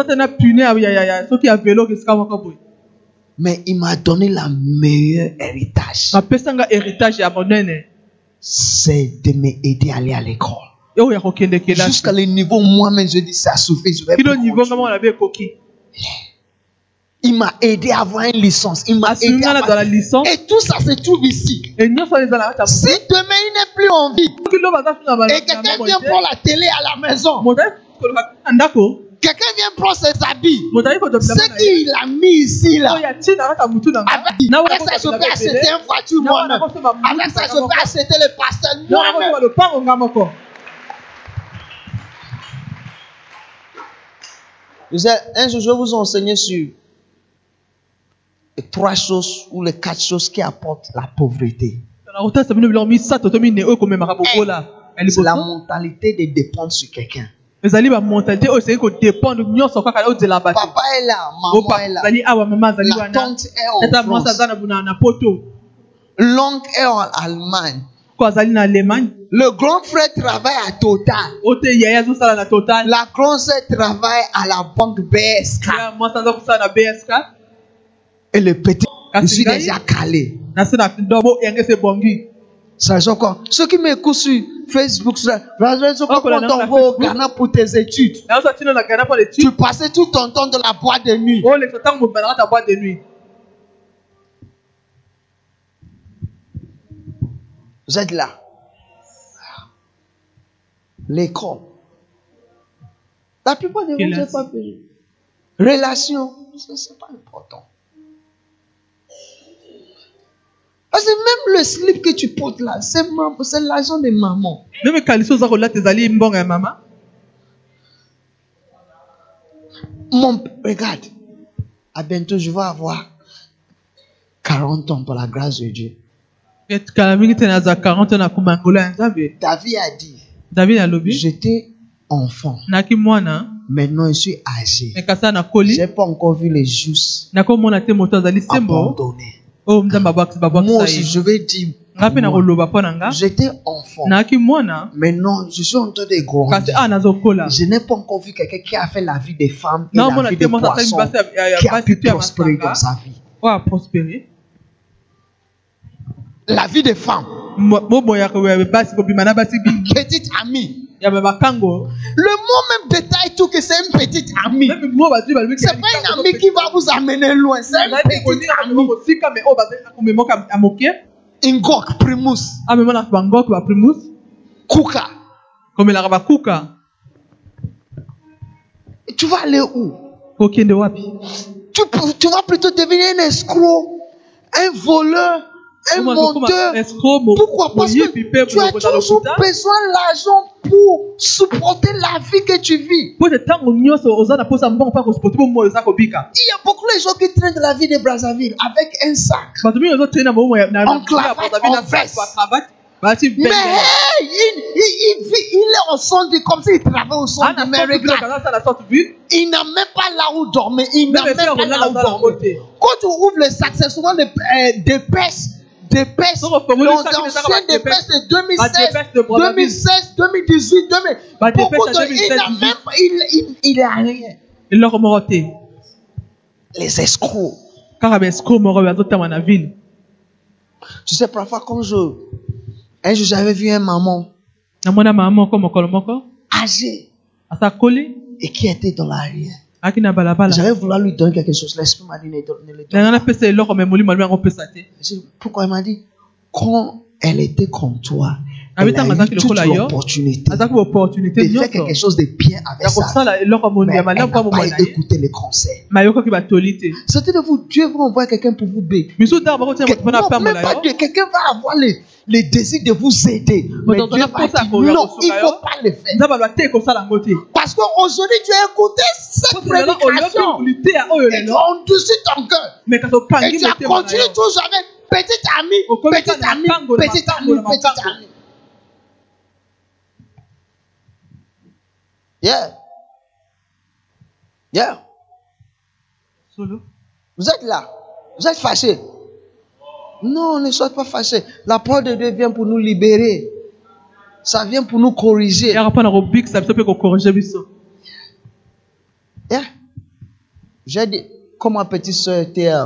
Mais il m'a donné la meilleure héritage. C'est de m'aider à aller à l'école. Jusqu'à le niveau moi-même je dis ça suffit, je vais plus continuer. Il m'a aidé à avoir une licence. Il m'a aidé à avoir... Et tout ça se trouve ici. Si demain il n'est plus en vie et quelqu'un vient prendre la télé à la maison, quelqu'un vient prendre ses habits, ce qu'il a mis ici là, avec ça je peux acheter une voiture moi-même, avec ça je peux acheter le pastel moi-même. Un jour, je vais vous enseigner sur les trois choses ou les quatre choses qui apportent la pauvreté. C'est la mentalité de dépendre sur quelqu'un. ezali ba mentalité o c'est que dépendre nyonso kaka o de la base. Papa est là, maman est là. Zali awa mama zali La wana. tante est en Tata mwasa France. zana buna na poto. L'oncle est en Allemagne. Ko zali na Allemagne. Le grand frère travaille à Total. Ote yaya zo sala na Total. La grande sœur travaille à la banque B S K. Ya mwasa zo sala na B S K. Et le petit, je Kasi suis ngai, déjà calé. Na sena dobo yenge se bongi. Ça joue quoi? Ceux qui m'écoutent sur Facebook, sur la- Oh, quand on t'envoie au Ghana pour tes études, Na so tino na Ghana pour les tu tu. passais tout ton temps dans la boîte de nuit. Oh le sotan mo banana ta boîte de nuit. Vous êtes là. L'école. La plupart de vous Quelle n'êtes pas payé. Relation, ça c'est pas important. Parce que même le slip que tu portes là, c'est mam- c'est l'argent de maman. Même kaliso za ko la tezali mbonga ya mama. Mon, regarde, à bientôt je vais avoir quarante ans par la grâce de Dieu. Et kalamiki tena za quarante na kumangola nzabe. David a dit, David a lobi. j'étais enfant, Naki mwana. maintenant je suis âgé. Mais kasa na koli. J'ai pas encore vu les justes Nako mona te moto azali sembo. abandonnés. Oh mzamba bak babak Moi aussi, sai. je vais dire, Ngapi na koloba pona nga. j'étais enfant. Naki mwana. Maintenant, je suis en train de Kasi grandir. a nazokola. Je n'ai pas encore vu quelqu'un qui a fait la vie des femmes et Non la mona vie te des mona sali poissons, basi ya ya qui a basi pu tu ya prospérer dans masanga. sa vie. Wa prospérer. La vie des femmes. Momo ya ko ya basi ko bimana basi bi. Petite amie. Ya baba kango. Le mot même détaille tout que c'est une petite amie. Même mo ba di ba lui. C'est pas une amie qui va vous amener loin. C'est une petite amie. Sika me o ba ko me moka amoke. Ingok, Primus, A me mona bangok ba primus. Kuka. Comme la ba kuka. Et tu vas aller où? Ko kende wapi. Tu, tu vas plutôt devenir un escroc, un voleur, un menteur. Pourquoi? Parce que tu as toujours besoin de l'argent pour supporter la vie que tu vis. Po te tango nyoso ozana posa mbongo pa ko supporter bo mo ezako bika. Il y a beaucoup de gens qui traînent de la vie de Brazzaville avec un sac. Ba tumi ozo tena mo ya na En cravate, en veste. Ba ti Mais hey, il, il, il, vit- il est au centre du, comme s'il travaille au centre du, mais regarde, il n'a même pas là où dormir. Il n'a même pas là où dormir. Quand tu ouvres le sac, c'est souvent des, euh, des pêches. Des pêches. L'ancien des pêches de deux mille seize, deux mille seize, deux mille dix-huit, deux mille. Beaucoup de, il n'a même pas, il, il, il a rien. Il leur moroté. Les escrocs. Car avec escroc moro ba zo tama na ville. Tu sais, parfois, quand je, un jour, j'avais vu un maman Na mona mama ko mokolo moko. âgée Asa koli. et qui était dans l'arrière. Aki na balabala. J'avais voulu lui donner quelque chose. L'esprit m'a dit, ne, don- ne le donne Na ngana pesa eloko me moli malwa ngo pesa te. J'ai dit, pourquoi? Il m'a dit, quand elle était comme toi, Ah, elle mais t'as a maintenant eu qu'il le toute colle ailleurs. l'opportunité Asa ko opportunité de faire nyonso. quelque chose de bien avec Ya ko ça. sala eloko moni Mais ya elle malamu n'a pa mo pas mona ye. écouté les conseils. Mayoko ki ba tolite. C'était de vous, Dieu va envoyer quelqu'un pour vous bénir. Miso da ba ko tena Que- mo na non, pa mo même la pas yo. Dieu. Quelqu'un va avoir les, les désirs de vous aider. Mais dans ton Dieu apport, va ça, dire, qu'on lui a non, reçu, il ne faut pas le faire. Nzaba lwa te ko sala ngote. Parce qu'aujourd'hui, tu as écouté cette prédication. Et tu as endurci ton cœur. Mais quand on Et tu as continué toujours avec petite amie, Au comité petite de la amie, tango, de petite ma tango, amie, de ma petite tango. amie. Yeah. Yeah. Solo. Vous êtes là. Vous êtes fâchés. Non, ne soyez pas fâchés. La parole de Dieu vient pour nous libérer. Ça vient pour nous corriger. Ya rapana ko big ça peut ko corriger biso. Yeah. J'ai dit, comme ma petite soeur était, euh,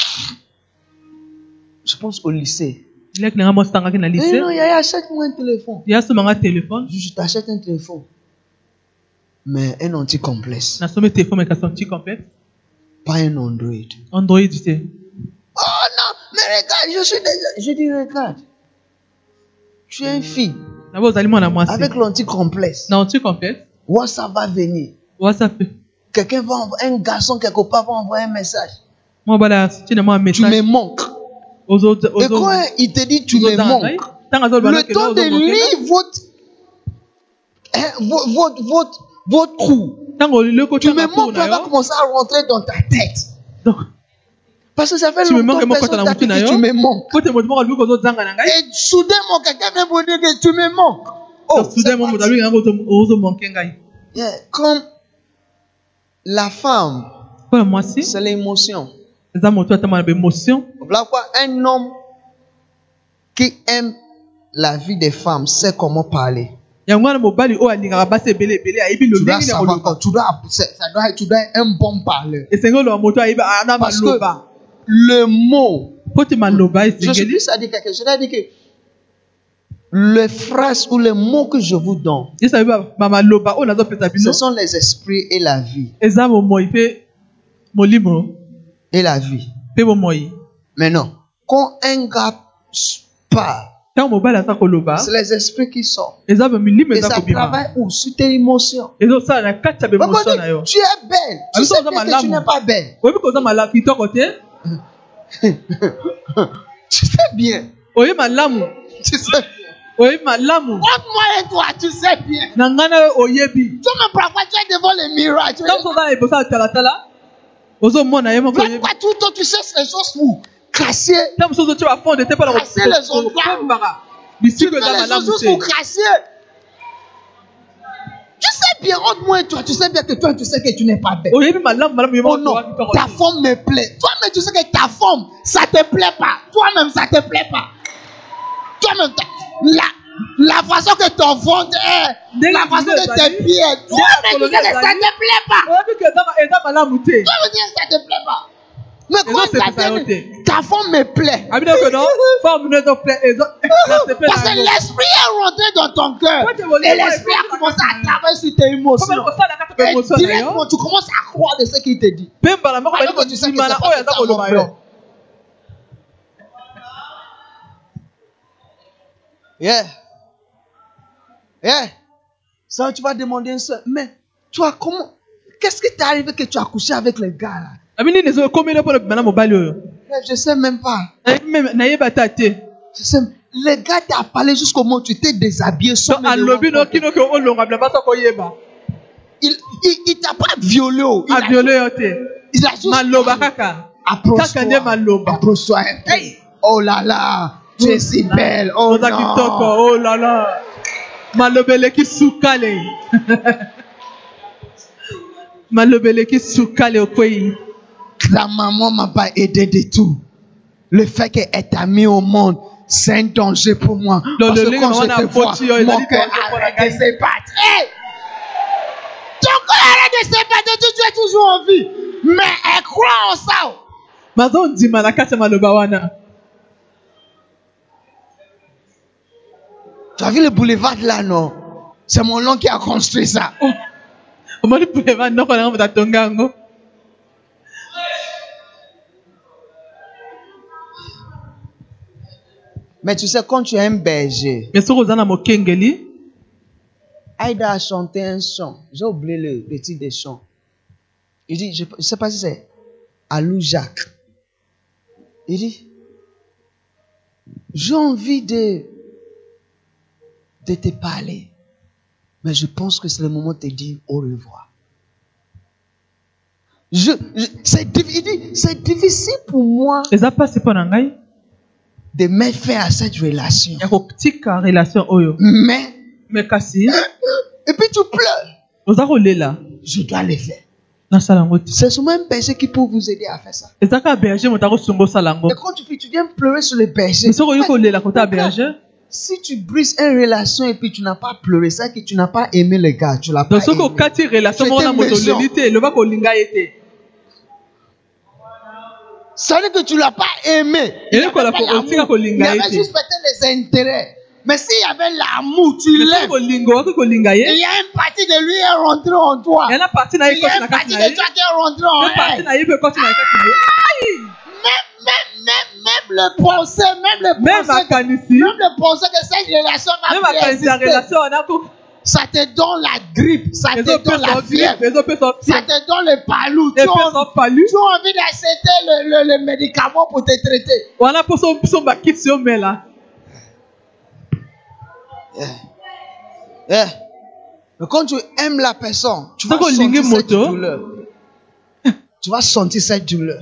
je pense, au lycée. Lek na mo stanga ki na Eh lycée. non, Yaya, achète-moi un téléphone. Ya so manga téléphone. Je t'achète un téléphone. Mais un anti-complexe. Na somme téléphone mais ka son petit complexe. Pas un Android. Android c'est. Oh non, mais regarde, je suis déjà. Je dis, regarde. Tu es une fille. Na bo zali mwana mwasi. Avec l'anti-complexe. Na anti complexe. WhatsApp va venir. WhatsApp. Quelqu'un va envoyer, un garçon quelque part va envoyer un message. Moi bala tu ne moi Tu message. me manques. Aux autres aux Et quand autres. il te dit tu me manques, le temps de lire votre, hein, vo- votre, votre, votre trou, Tango le ko tu me manques, ça va commencer à rentrer dans ta tête. Donc Parce que ça fait tu me longtemps manques que moi personne quand t'a na dit mutu na que tu yo. me manques. Kote mo mo ko zo zanga na ngai. Et soudainement, quelqu'un vient pour dire que tu me manques. Oh, Soudain c'est mo mo parti. dalu ngo zo zo manquer ngai. Yeah, comme la femme, c'est l'émotion. Voilà quoi, un homme qui aime la vie des femmes sait comment parler. Tu dois savoir quoi, tu dois, ça doit, tu dois être un bon parleur. Parce que le mot, je suis plus à dire quelque chose, je dois dire que les phrases ou les mots que je vous donne, ce sont les esprits et la vie. Et la vie. Maintenant, quand un gars parle, c'est les esprits qui sortent. Et ça travaille où? Sur tes émotions. Tu es belle. Tu sais bien que tu n'es pas belle. Tu sais bien. Tu sais bien. Oui, ma l'amour. Moi et toi, tu sais bien. Tu me parfois, tu es devant les miroirs. Tu es Pourquoi tout le temps tu cherches les choses pour casser, casser les endroits. Tu fais les choses pour casser. Tu sais bien, entre moi et toi, tu sais bien que toi, tu sais que tu n'es pas belle. Oh non, ta forme me plaît. Toi-même, tu sais que ta forme, ça ne te plaît pas. Toi-même, ça ne te plaît pas. Toi-même, la, la façon que ton ventre est, la façon que tes pieds, toi-même, tu sais que ça ne te plaît pas. Toi-même, tu sais que ça ne te plaît pas. Mais quand ça vient, ta forme me plaît. Parce que l'esprit est rentré dans ton cœur. Et l'esprit a commencé à travailler sur tes émotions. Et directement, tu commences à croire de ce qu'il te dit. Alors que tu sais que c'est pas totalement vrai. Yeah. Yeah. Ça, tu vas demander un seul. Mais toi, comment? Qu'est-ce qui t'est arrivé que tu as couché avec les gars là? Je sais même pas. Je sais, les gars t'ont parlé jusqu'au moment où tu t'es déshabillé. Son il il, il t'a pas violé. Il a, violé. Il a juste approche-toi. Approche-toi. Hey. Oh là là. Tu es si belle. Oh non. Oh là là. Malobele qui soukale. Malobele qui soukale au pays. La maman m'a pas aidé du tout. Le fait qu'elle t'a mis au monde, c'est un danger pour moi. Parce que quand je te vois, mon cœur arrête de se battre. Hey! Ton cœur arrête de se battre, tu es toujours en vie. Mais elle croit en ça. Mazon dit malakate malobawana. Tu as vu le boulevard là, non? C'est mon oncle qui a construit ça. On m'a dit boulevard, non, on a un tongango. Mais tu sais, quand tu es un berger, Aïda a chanté un chant. J'ai oublié le, le titre des chants. Il dit, je ne sais pas si c'est Alou Jacques. Il dit, j'ai envie de, de te parler. Mais je pense que c'est le moment de te dire au revoir. Je, je, c'est, il dit, c'est difficile pour moi de mettre fin à cette relation. Mais, mais et puis tu pleures. Je dois le faire. C'est seulement un berger qui peut vous aider à faire ça. Et quand tu fais, tu viens pleurer sur le berger. Mais, si tu brises une relation et puis tu n'as pas pleuré, c'est que tu n'as pas aimé le gars, tu l'as pas aimé. Ça veut dire que tu ne l'as pas aimé. Il n'y avait juste peut-être les intérêts. Mais s'il y avait l'amour, tu l'aimes. Il y a une partie de lui qui est rentrée en toi. Il y a une partie de toi qui est rentrée en elle. Même, même, même, même le pensée, même le pensée, même le pensée que cette relation va exister. Ça te donne la grippe, ça te donne la fièvre, ça te donne le palou. Tu as envie d'acheter le, le, le médicament pour te traiter. Yeah. Yeah. Mais quand tu aimes la personne, tu vas sentir cette douleur. Tu vas sentir cette douleur.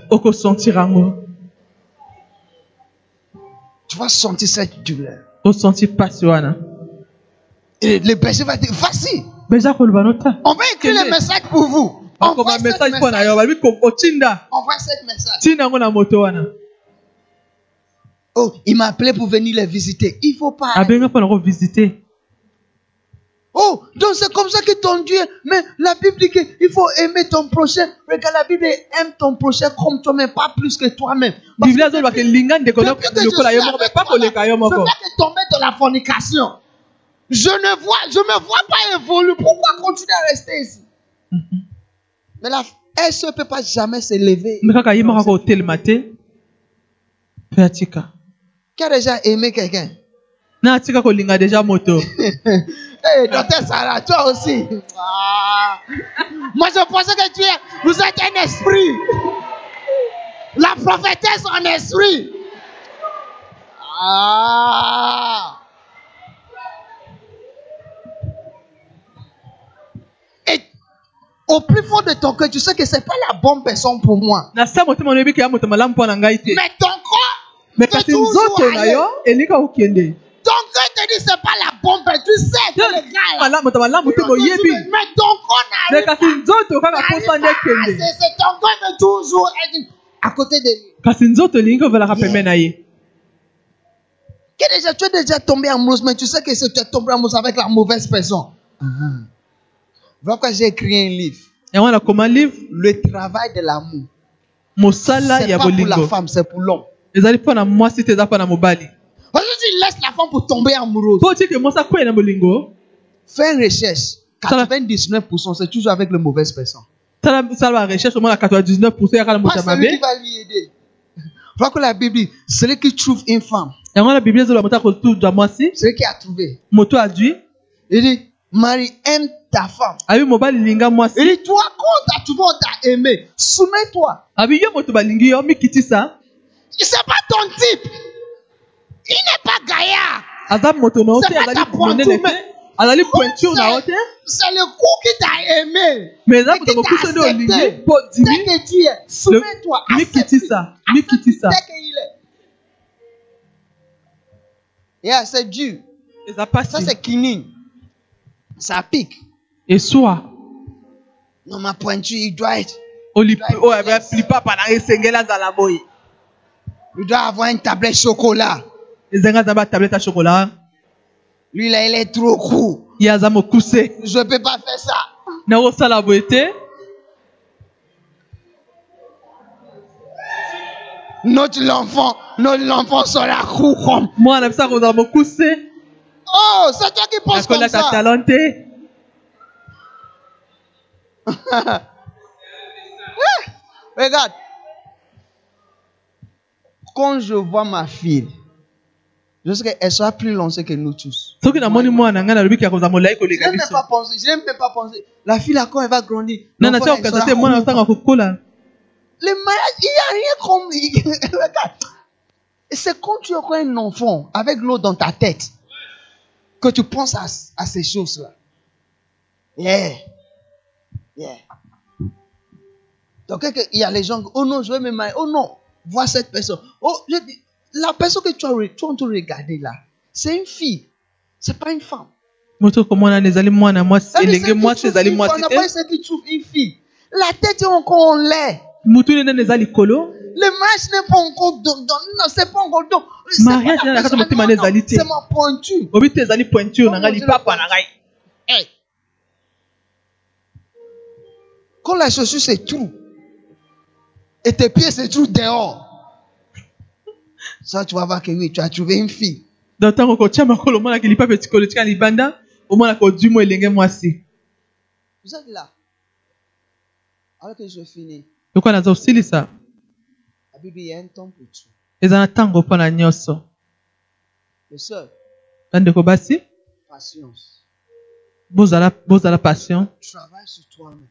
Tu vas sentir cette douleur. Et le berger va dire, voici. On va écrire le message pour vous. Envoie cette message. Envoie cette message. Oh, il m'a appelé pour venir les visiter. Il ne faut pas. visiter. Oh, donc c'est comme ça que ton Dieu. Mais la Bible dit qu'il faut aimer ton prochain. Regarde, la Bible aime ton prochain comme toi-même, pas plus que toi-même. Je ne veux pas que tomber dans la fornication. Je ne vois, je me vois pas évoluer. Pourquoi continuer à rester ici? Mais la S ne peut pas jamais se lever. Qui a déjà aimé quelqu'un? Hey, docteur Sarah, toi aussi. Ah. Moi, je pensais que tu es, vous êtes un esprit. La prophétesse en esprit. Ah. Et au plus fort de ton cœur, tu sais que ce n'est pas la bonne personne pour moi. Mais ton corps Mais quand tu ton cœur te dit c'est pas la bonne personne. Tu sais que le gars là. Mais ton corps n'arrive pas. C'est ton corps qui est toujours à côté de lui. Que déjà, tu es déjà tombé amoureuse, mais tu sais que tu es tombé amoureuse avec la mauvaise personne. Uh-huh. Voilà pourquoi j'ai écrit un livre. Le travail de l'amour. C'est pas pour la femme, c'est pour l'homme. Aujourd'hui, tu laisses la femme pour tomber amoureuse. Fais une recherche. quatre-vingt-dix-neuf pour cent c'est toujours avec la mauvaise personne. C'est celui qui va lui aider. Voilà que la Bible dit, celui qui trouve une femme, celui qui a trouvé, il dit, Marie, aime ta femme. Il dit, toi, quand tu as trouvé, on t'a aimé, soumets-toi. C'est pas ton type. Il n'est pas gaillard. C'est pas ta pointure, c'est le coup qui t'a aimé. Mais là, qui t'a accepté. Tel que tu es, soumets-toi. Accepte-le tel qu'il est. Yeah, c'est dur. Ça, c'est kinin. Ça pique. Et soit. Non, ma pointure, il doit être. Il doit avoir une tablette chocolat. Tablette à chocolat. Lui là, il est trop court. Je ne peux pas faire ça. Notre enfant, notre enfant sera court comme. Moi, on aime ça qu'on a me coussé. Oh, c'est toi qui penses comme ça. Regarde. Quand je vois ma fille, je sais qu'elle sera plus lancée que nous tous. Je n'ai même pas pensé. Je n'ai même pas pensé. La fille là, quand elle va grandir. Le mariage, il n'y a rien comme. Regarde. C'est quand tu as un enfant avec l'eau dans ta tête que tu penses à, à ces choses-là. Yeah. Yeah. Donc, il y a les gens. Oh non, je vais me marier. Oh non, vois cette personne. Oh, je dis. La personne que tu as, tu as regardé là, c'est une fille. C'est pas une femme. On n'a pas essayé de trouver une fille. La tête est encore en lait. Le mariage n'est pas encore dans. Non, c'est pas encore dans. C'est ma pointure. Hey. Quand la chaussure se trouve, et tes pieds se trouvent dehors. Ça, tu vas voir que oui, tu as trouvé une fille. Vous êtes là. Alors que je finis. La Bible, il y a un temps pour tout. Le seul. Patience. Passion. Travaille sur toi-même.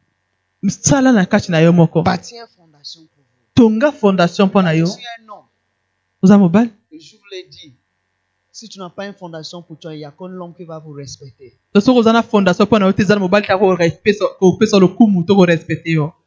Bâtis une fondation pour vous. Tonga fondation pour nayo. Si un homme. Vous avez mobile? Et je vous l'ai dit. Si tu n'as pas une fondation pour toi, il n'y a qu'un homme qui va vous respecter. Donc, si vous avez une fondation pour nayo, tu as mobile, tu as respect, tu as le coup, tu as respecter. Il y a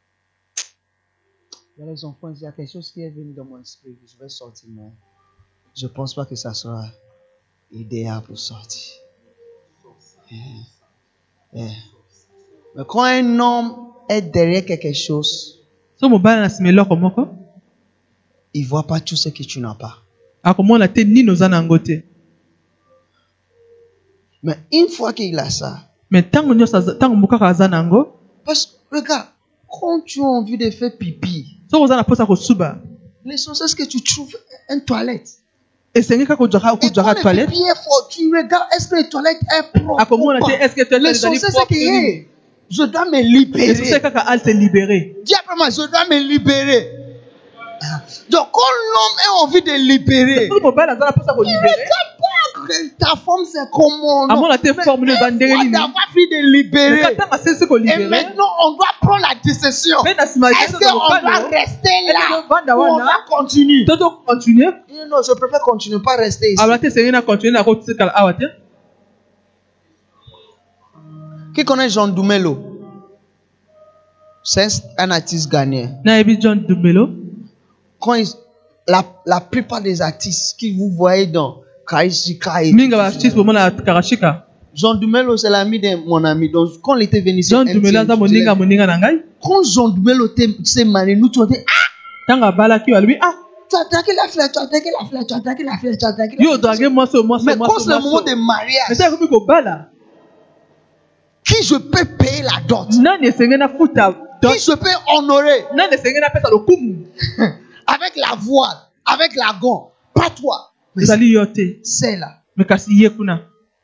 les enfants, il y a quelque chose qui est venu dans mon esprit. Je vais sortir, mais je ne pense pas que ça sera idéal pour sortir. Yeah. Yeah. Mais quand un homme est derrière quelque chose, So mobile na simelo komoko. il ne voit pas tout ce que tu n'as pas. Akomona te nino za nango te. Mais une fois qu'il a ça, Mais tango nyosa tango mukaka za nango. parce que regarde, quand tu as envie de faire pipi, So kozana posa ko suba. l'essentiel c'est que tu trouves une toilette. Esengeka ko jaka ko Et quand jaka le toilette. pipi est fort, tu regardes, est-ce que la toilette est propre Akomona ou te pas? est-ce que toilette L'essentiel est c'est que hey, je dois me libérer. Est-ce que kaka al se libérer? Dis après moi, je dois me libérer. Donc quand l'homme a envie de libérer, So mobile za posa ko libérer. ta forme c'est comment? Non? Amona te formule Mais bandere on nini. doit avoir envie de libérer. Kata sese ko Et libérer. maintenant, on doit prendre la décision. Mais na sima Est-ce qu'on doit rester là ou on va continuer? Toto continuer. Non, je préfère continuer, pas rester ici. Abate sengena continuer na ko tsikala awate. Qui connaît Jean Dumelo? C'est un artiste ghanéen. Na ebi John Dumelo. Quand il- la, la plupart des artistes que vous voyez dans Kaishika et Minga ba artiste pour mona Karashika. Jean Dumelo, c'est l'ami de mon ami. Donc, quand il était venu sur John Dumelo za moninga moninga na ngai. quand Jean Dumelo était- s'est marié, nous tu as dit, ah, Tanga bala ki albi ah. tu as dragué la fleur, tu as dragué la fleur, tu as dragué la fleur, tu as dragué la Yo fleur. draguer moi so moi so Mais moi quand so. c'est le moment de Mais mariage, ça comme ko bala. qui je peux payer la dot? Nani esengena futa. Qui je peux honorer Nani esengena pesa lokumu. avec la voile, avec la gant? Pas toi. Mais Ezali yote. c'est là. Mais kasi ye kuna.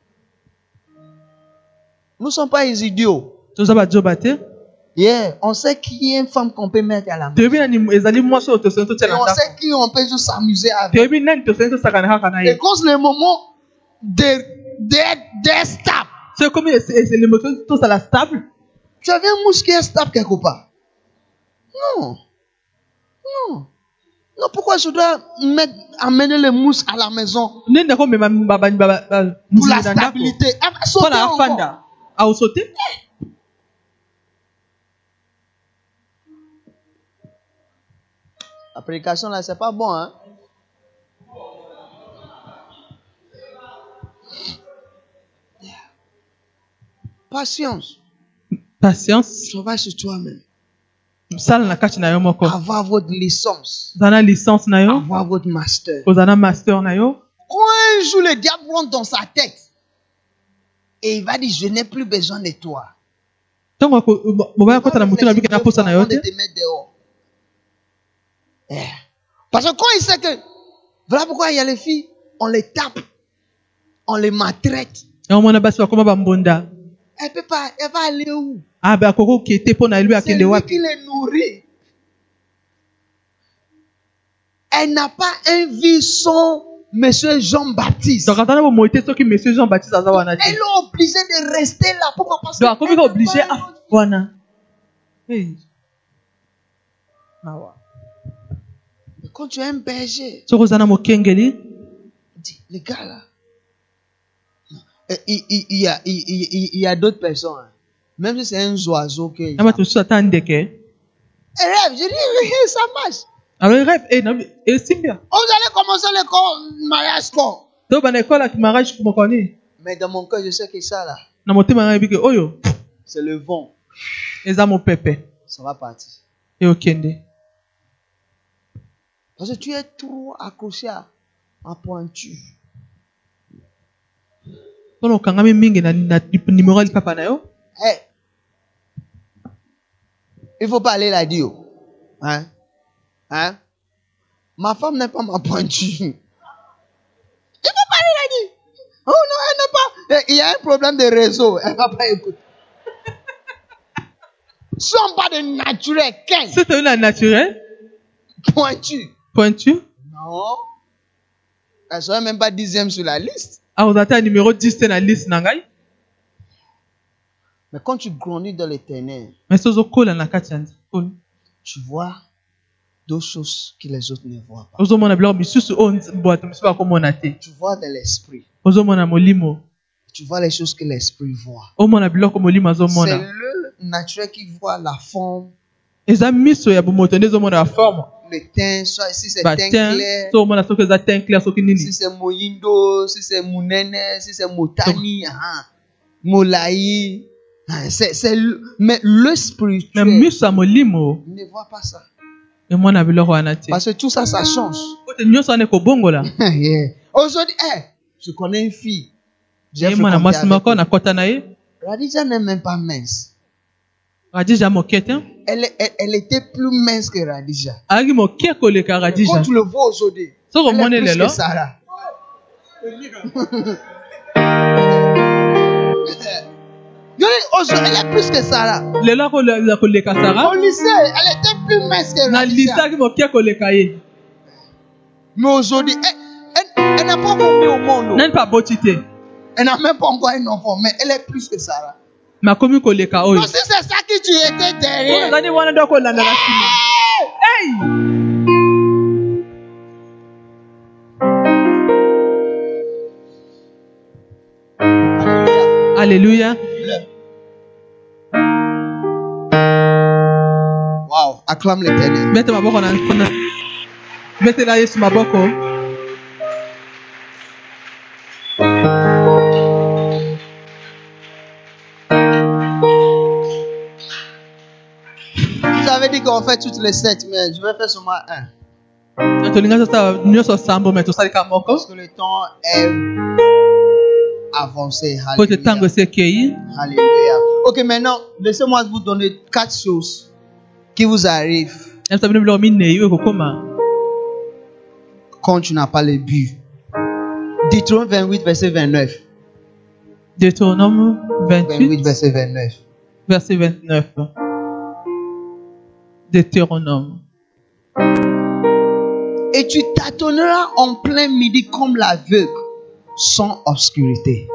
Nous ne sommes pas des idiots. Toza ba joba te. Yeah. On sait qui est une femme qu'on peut mettre à la main. Tebi nani ezali moi so to sento Et tela on ndako. sait qui on peut juste s'amuser avec. Tebi nani to sento sakana haka na Et ye. quand c'est le moment de, de, de stable, C'est comme c'est c'est le moto to sala stable. tu avais un mouche qui est stable quelque part. Non. Non. Non, pourquoi je dois mettre, amener les mousses à la maison Nenda ko mema baba baba. pour la stabilité? Elle va sauter Pona encore. fanda. A sauter. La prédication là, c'est pas bon, hein? Patience. Patience. Travaille sur toi-même. Sala na kati na yo moko. Avoir votre licence. Zana licence na yo. Avoir votre master. Ozana master na yo. Quand un jour le diable rentre dans sa tête et il va dire je n'ai plus besoin de toi. Tango ko mobile ko tana mutu na bika na posa na yo Avant de te. te mettre dehors. Eh. Parce que quand il sait que voilà pourquoi il y a les filles, on les tape, on les maltraite. Ya mona basi ba koma ba mbonda. Elle peut pas, elle va aller où? Ah ba koko kete pona elbi C'est akende lui wapi. qui les nourrit. Elle n'a pas un vie sans Monsieur Jean-Baptiste. Donc atana bo moite soki monsieur Jean-Baptiste azawana te. Elle est obligée de rester là. Pourquoi? Parce Donc que comme ko obligé ah wana. Hey. Mawa. quand tu es un berger, Soko zana mokengeli. dis, les gars là, il, il, il y a, il, il, il y a d'autres personnes. Hein. Même si c'est un oiseau que. Ama to su atandeke. Elle rêve, je dis, ça marche. Alors rêve et na et simbia. Vous allez commencer le mariage quand? To bana école ki mariage ko mokoni. Mais dans mon cœur, je sais que ça là, Na motema na bike oyo. c'est le vent. Eza mo pepe. Ça va partir. Et okende. Parce que tu es trop accroché à, à pointu. Tono kangami mingi na na numéro li papa na yo. Hey. Il faut pas aller la dire. Hein? Hein? Ma femme n'est pas ma pointue. Il faut pas aller la dire. Oh non, elle n'est pas. Il y a un problème de réseau. Elle ne va pas écouter. Si on parle de naturel, quinze. C'est un naturel. Pointu. Pointu. Non. Elle ne serait même pas dixième sur la liste. Ah, vous avez un numéro dix dans la liste nangai. Mais quand tu grandis dans l'éternel, Mais c'est au col na katiandi. tu vois d'autres choses que les autres ne voient pas. Ozo mona blog misusu on boîte misusu ba komona te. Tu vois dans l'esprit. Ozo mona molimo. Tu vois les choses que l'esprit voit. O mona blog molimo zo C'est mona. le naturel qui voit la forme, Eza miso ya bumoto ndezo mona la forme. le teint, soit si c'est Ba teint teint clair, so mona soki eza teint clair soki si nini. c'est moyindo, si c'est mounene, si c'est motani. ah. Moulaï. C'est, c'est le, mais le spirituel Mais miso ya molimo ne voit pas ça. emona biloko wana te. Parce que tout ça, ça change. Ote nyonso wana ekobongola. Yeah. Aujourd'hui, hey, je connais une fille. J'ai Ye mwana mwasi moko nakota na ye. Radija n'est même pas mince. Radija moke te. Elle, elle, elle était plus mince que Radija. Azalaki moke koleka Radija. Quand tu le vois aujourd'hui, Soko elle omoni est plus lelo. que Sarah. Aujourd'hui, elle est plus que Sarah. Lelo akoza koleka Sarah. Au lycée, elle était plus mince que Na Radija. lisaki moke koleka ye. Mais aujourd'hui, elle, elle, elle n'a pas formé au monde. Nani pa boti te. Elle n'a même pas encore un enfant, mais elle est plus que Sarah. Makomi koleka oyo. Donc si c'est ça que tu étais derrière. Ozali wana ndo kolanda na sima. Hey! Alléluia. Wow, acclame l'Éternel. Mete maboko na na. Mete la Yesu maboko. J'avais dit qu'on fait toutes les sept, mais je vais faire seulement un. Tolinga sasa nyonso sambo me tosalika moko. Parce que le temps est avancé. Pote tango Alléluia. sekei. Alléluia. Ok, maintenant, laissez-moi vous donner quatre choses qui vous arrivent Emsa bino bilo minne iwe kokoma. quand tu n'as pas le but. Deutéronome vingt-huit, verset vingt-neuf. Deutéronome vingt-huit, vingt-huit, verset vingt-neuf. verset vingt-neuf. Deutéronome. Et tu tâtonneras en plein midi comme l'aveugle, sans obscurité.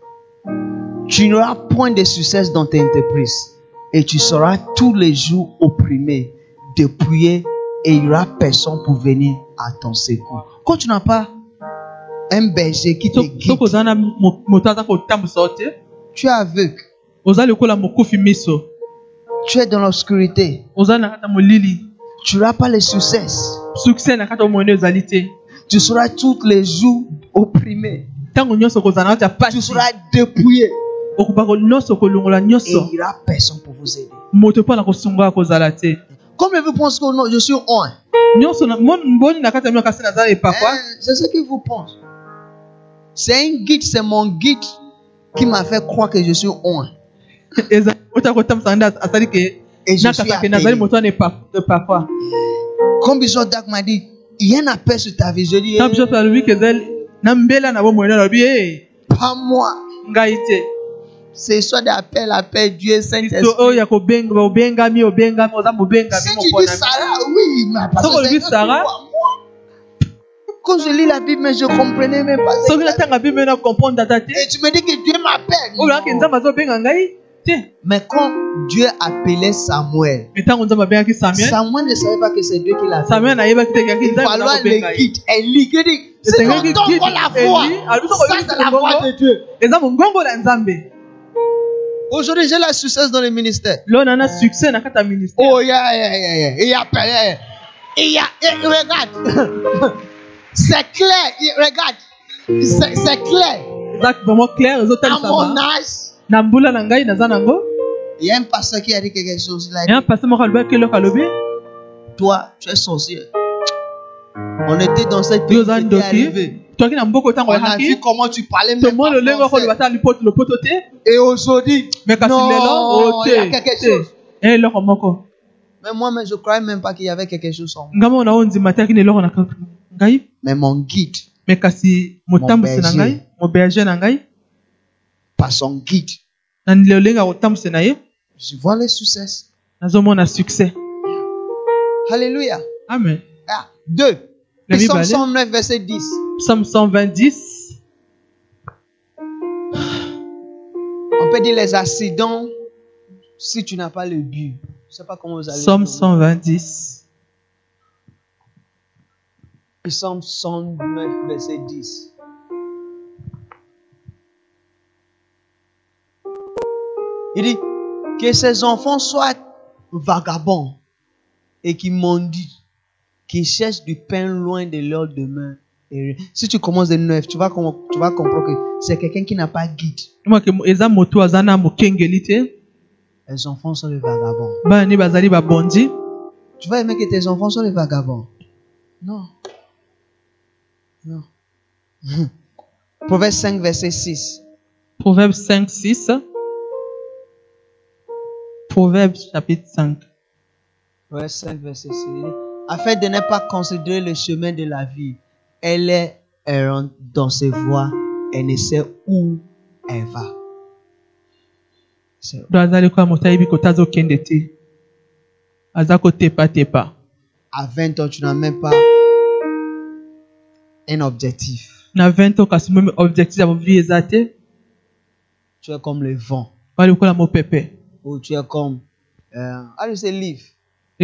Tu n'auras point de succès dans tes entreprises. Et tu seras tous les jours opprimé, dépouillé, et il n'y aura personne pour venir à ton secours. Quand tu n'as pas un berger qui te guide, Soko zana moto aza kotambusa te. tu es aveugle, Oza lokola mokufi miso. tu es dans l'obscurité, Oza na kata molili. tu n'auras pas le succès. Succès na kata omone ezali te. Tu seras tous les jours opprimé. Tango nyonso kozana kata Tu pasi. seras dépouillé. Okuba ko nyonso kolongola Et nyonso. il n'y aura personne pour vous aider. Moto pa na kosunga kozala te. Comme vous pensez que non, je suis un. Nyonso na mon mboni na kata myo kasi na zala epakwa. Hein, c'est ce que vous pensez. C'est un guide, c'est mon guide qui m'a fait croire que je suis un. Eza ota kotambusa nda asali ke Et je na suis kata ke nazali appelé. moto na epakwa. Comme Bishop Dak m'a dit, il y a un appel sur ta vie. Je dis, Na biso pa lubi ke zali na mbela na bo moyo na bi eh pas moi. ngai te. C'est soit d'appel, appel, Dieu, Saint-Esprit. Biso oyo ya kobenga obengami obengami oza mobengami Si mo tu dis pona. Sarah, oui, mais parce Soko que lubi c'est Sarah. moi. Quand je lis la Bible, mais je comprenais même pas. Soki na tanga bible na comprendre data te. Et tu me dis que Dieu m'appelle. Oyo ake nzamba azobenga ngai te. Mais quand Dieu appelait Samuel, Mais ntango nzamba abengaki Samuel. Samuel ne savait pas que c'est Dieu qui l'a fait. Samuel nayebaki te yaki Il nzamba fallait azobenga le ye. guide. Eli, qui dit, c'est Esengaki ton guide ton la foi. Eli, alors biso Ça, koyebisa c'est la voix mongongo. de Dieu. Eza mongongo na nzambe. Aujourd'hui, j'ai la succès dans le ministère. Lelo nana succès na kata ministère. Oh, yeah, yeah, yeah, yeah. Il y a, yeah, yeah. Il y a, eh, regarde. C'est clair. Il- Regarde. C'est c'est clair. Eza vraiment clair À ezotalisa mon ba. âge, Na mbula na ngai naza nango. il y a un pasteur qui a dit quelque chose. Il a Et un dit, pasteur moko alobaki eloko alobi. toi, tu es sorcier. On était dans cette Yo ville, oza c'était ndoki. arrivé. Toki na mboko ntango On a vu oyaki. comment tu parlais même Tomoni pas lolenge oko français. lobata lipoto lopoto te. Et aujourd'hui, Mais kasi lelo non, o il y a te. quelque te. chose. Eh eloko moko. Mais moi, mais je croyais même pas qu'il y avait quelque chose en moi. Ngamo na ondima te kini eloko na kaka. Ngai. Mais mon guide, Mais kasi motambusi na berger. ngai, mo berger na ngai. par son guide, Na lolenge akotambusi na ye. je vois le succès. Nazomona succès. Alléluia. Amen. Ah, deux. La Bible, Psaume allez. cent neuf, verset dix. Psaume cent vingt, dix. On peut dire les accidents si tu n'as pas le but. Je ne sais pas comment vous allez Psaume le nommer. cent vingt, dix. Psaume cent neuf, verset dix. Il dit que ses enfants soient vagabonds et qui mendient, qui cherchent du pain loin de leur demeure Et si tu commences de neuf, tu vas, tu vas comprendre que c'est quelqu'un qui n'a pas guide. Les enfants sont les vagabonds. Tu vas aimer que tes enfants sont les vagabonds. Non. Non. Proverbe cinq, verset six. Proverbe cinq, six. Proverbe chapitre cinq. Proverbe cinq, verset six. Afin de ne pas considérer le chemin de la vie, elle est errante dans ses voies, elle ne sait où elle va. À vingt ans, tu n'as même pas un objectif. Tu es comme le vent. Ou tu es comme, euh, how do you say leaf?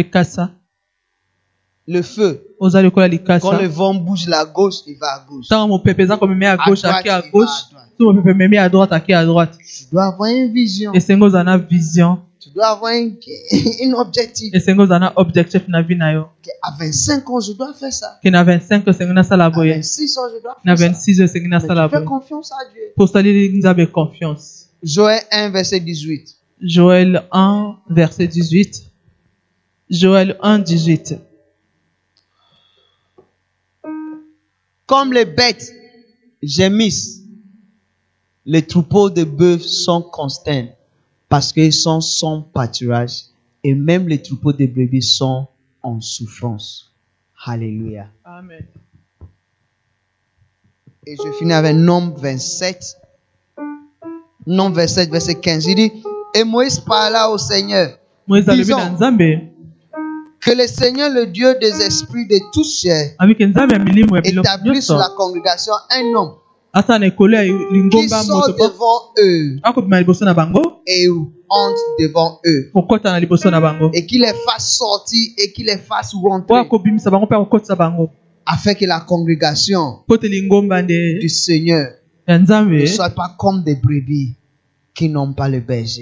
Le feu. Quand le vent bouge la gauche, il va à gauche. À droite, à gauche. Tu dois avoir une vision. Tu dois avoir un, un objectif. À vingt-cinq ans, je dois faire ça. À vingt-six ans, je dois faire ça. Mais tu fais confiance à Dieu. Joël un, verset dix-huit. Joël un, verset dix-huit. Joël un, dix-huit. Comme les bêtes gémissent, les troupeaux de bœufs sont consternés parce qu'ils sont sans pâturage et même les troupeaux de brebis sont en souffrance. Alléluia. Amen. Et je finis avec Nombre vingt-sept. Nombre vingt-sept, verset quinze. Il dit, et Moïse parla au Seigneur, disant, que le Seigneur, le Dieu des esprits de tous chairs, établit sur la congrégation un homme qui sort devant eux et entre devant eux et qui les fasse sortir et qui les fasse rentrer afin que la congrégation du Seigneur ne soit pas comme des brebis qui n'ont pas le berger.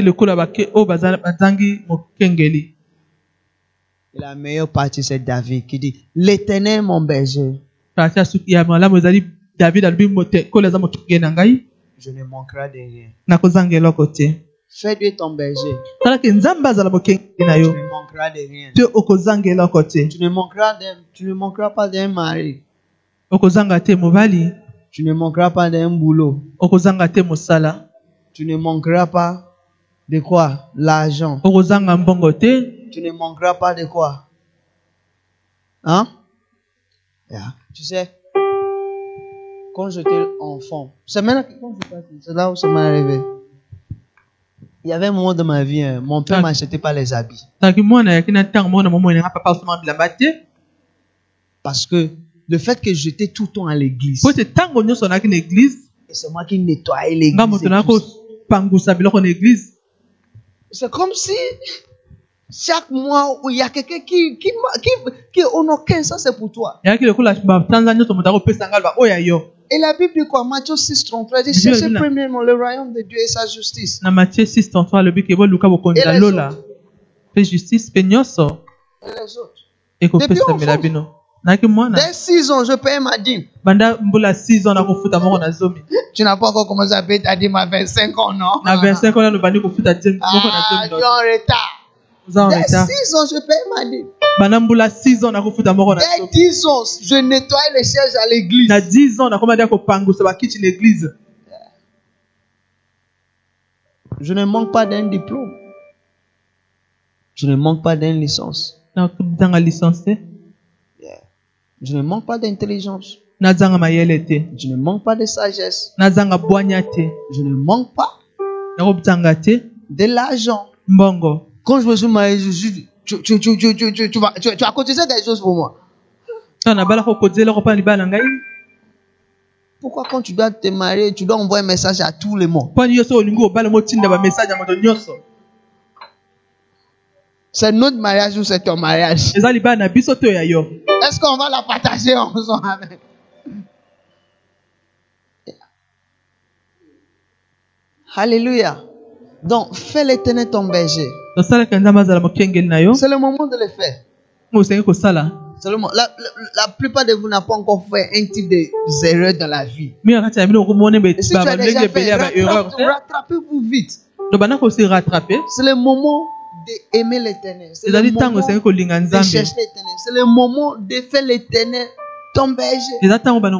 Et la meilleure partie, c'est David qui dit, l'Éternel mon berger. Je ne manquerai de rien. Fais-lui ton berger. Tu ne manqueras de rien. Tu ne manqueras, de, tu ne manqueras pas d'un mari. Tu ne manqueras pas d'un boulot. Tu ne manqueras pas de quoi? L'argent. Tu ne manqueras pas de quoi? Hein? Yeah. Tu sais, quand j'étais enfant, c'est là où ça m'est arrivé. Il y avait un moment de ma vie, hein, mon père ne m'achetait pas les habits. Parce que le fait que j'étais tout le temps à l'église, et c'est moi qui nettoyais l'église. C'est comme si chaque mois où il y a quelqu'un qui qui qui qui honore quinze, ça c'est pour toi. Et la Bible dit quoi? Matthieu six, trente-trois dit, cherchez premièrement le royaume de Dieu et sa justice. Et les autres. Et les autres. Depuis enfant. Dès six ans, je paye ma dîme. Tu n'as pas encore commencé à payer ta dîme à vingt-cinq ans, non? À vingt-cinq ans, nous allons faire ta dîme. Ah, tu es en retard. Dès six ans, je paye ma dîme. Dès dix ans, je nettoie les sièges à l'église. Je ne manque pas d'un diplôme. Je ne manque pas d'une licence. Je ne manque pas d'intelligence. Je ne manque pas de sagesse. Je ne manque pas de l'argent. Quand je me suis marié, je suis, tu, tu, tu, tu, tu, tu, tu, vas, tu, tu as cotisé quelque chose pour moi. Pourquoi quand tu dois te marier, tu dois envoyer un message à tout le monde? C'est notre mariage ou c'est ton mariage? Est-ce qu'on va la partager ensemble avec? Alléluia. Donc, fais l'Éternel ton berger. C'est le moment de le faire. Seulement, la, la, la plupart de vous n'ont pas encore fait un type de erreur dans la vie. Mais en fait, Et si tu as déjà fait, rattrape- rattrapez-vous vite. C'est le moment d'aimer l'éternel. C'est le moment de chercher l'éternel. C'est le moment de faire l'éternel ton berger. Et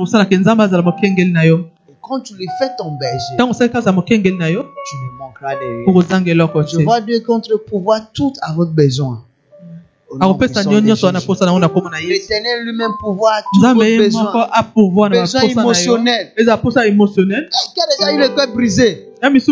quand tu le fais ton berger, tu ne manqueras de rien. Je vois Dieu contre pouvoir tout à votre besoin. L'éternel lui-même pouvoir tout votre besoin. Besoin émotionnel. Qui a déjà eu le cœur brisé.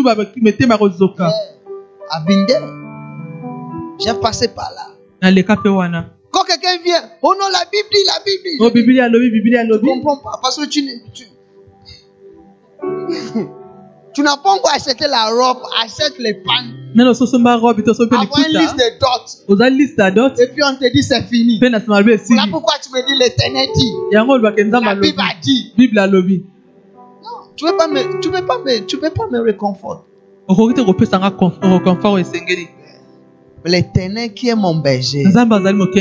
À Bindé. J'ai passé par là. Quand quelqu'un vient, oh non, la Bible dit, la Bible dit. Oh, Bible a lobby, Bible a lobby. Tu ne comprends pas parce que tu, tu, tu n'as pas encore acheté la robe, achète les pannes. Non, non, c'est ma robe, c'est Avoir une liste de dots. Vous avez une liste de dots. Et puis on te dit c'est fini. Voilà pourquoi tu me dis l'éternel dit. La Bible a dit. Bible a lobby. Non, tu ne peux pas me, tu peux pas me, tu peux pas me réconforter. L'éternel qui est mon berger m'a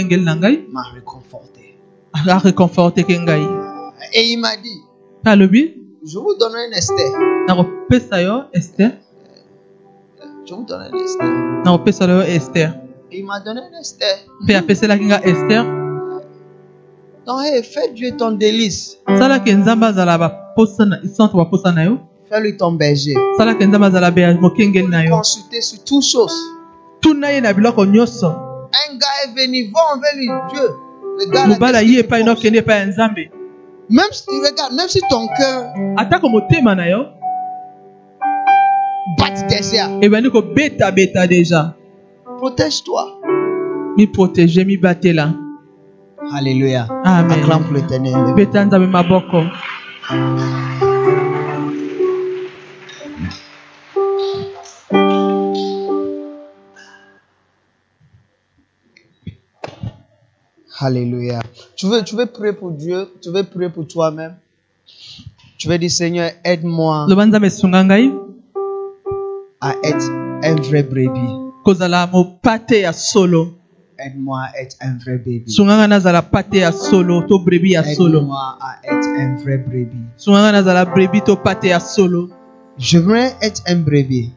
réconforté. Et il m'a dit, je vous donnerai une Esther. Je vous donnerai une Esther. Et il m'a donné une Esther. Donc, hey, fais Dieu ton délice. Fais-lui ton berger. Consulter sur toutes choses. Un gars est venu, va envers lui, Dieu. Regarde, même si, regarde, même si ton cœur bat déjà, protège-toi. Mi protéger, mi battre là. Alléluia. Amen. Acclame pour l'éternel. Alléluia. Tu veux, tu veux prier pour Dieu, tu veux prier pour toi-même. Tu veux dire, Seigneur, aide-moi à être un vrai brebis. Aide-moi à être un vrai brebis. Aide-moi à être un vrai brebis. J'aimerais être un brebis.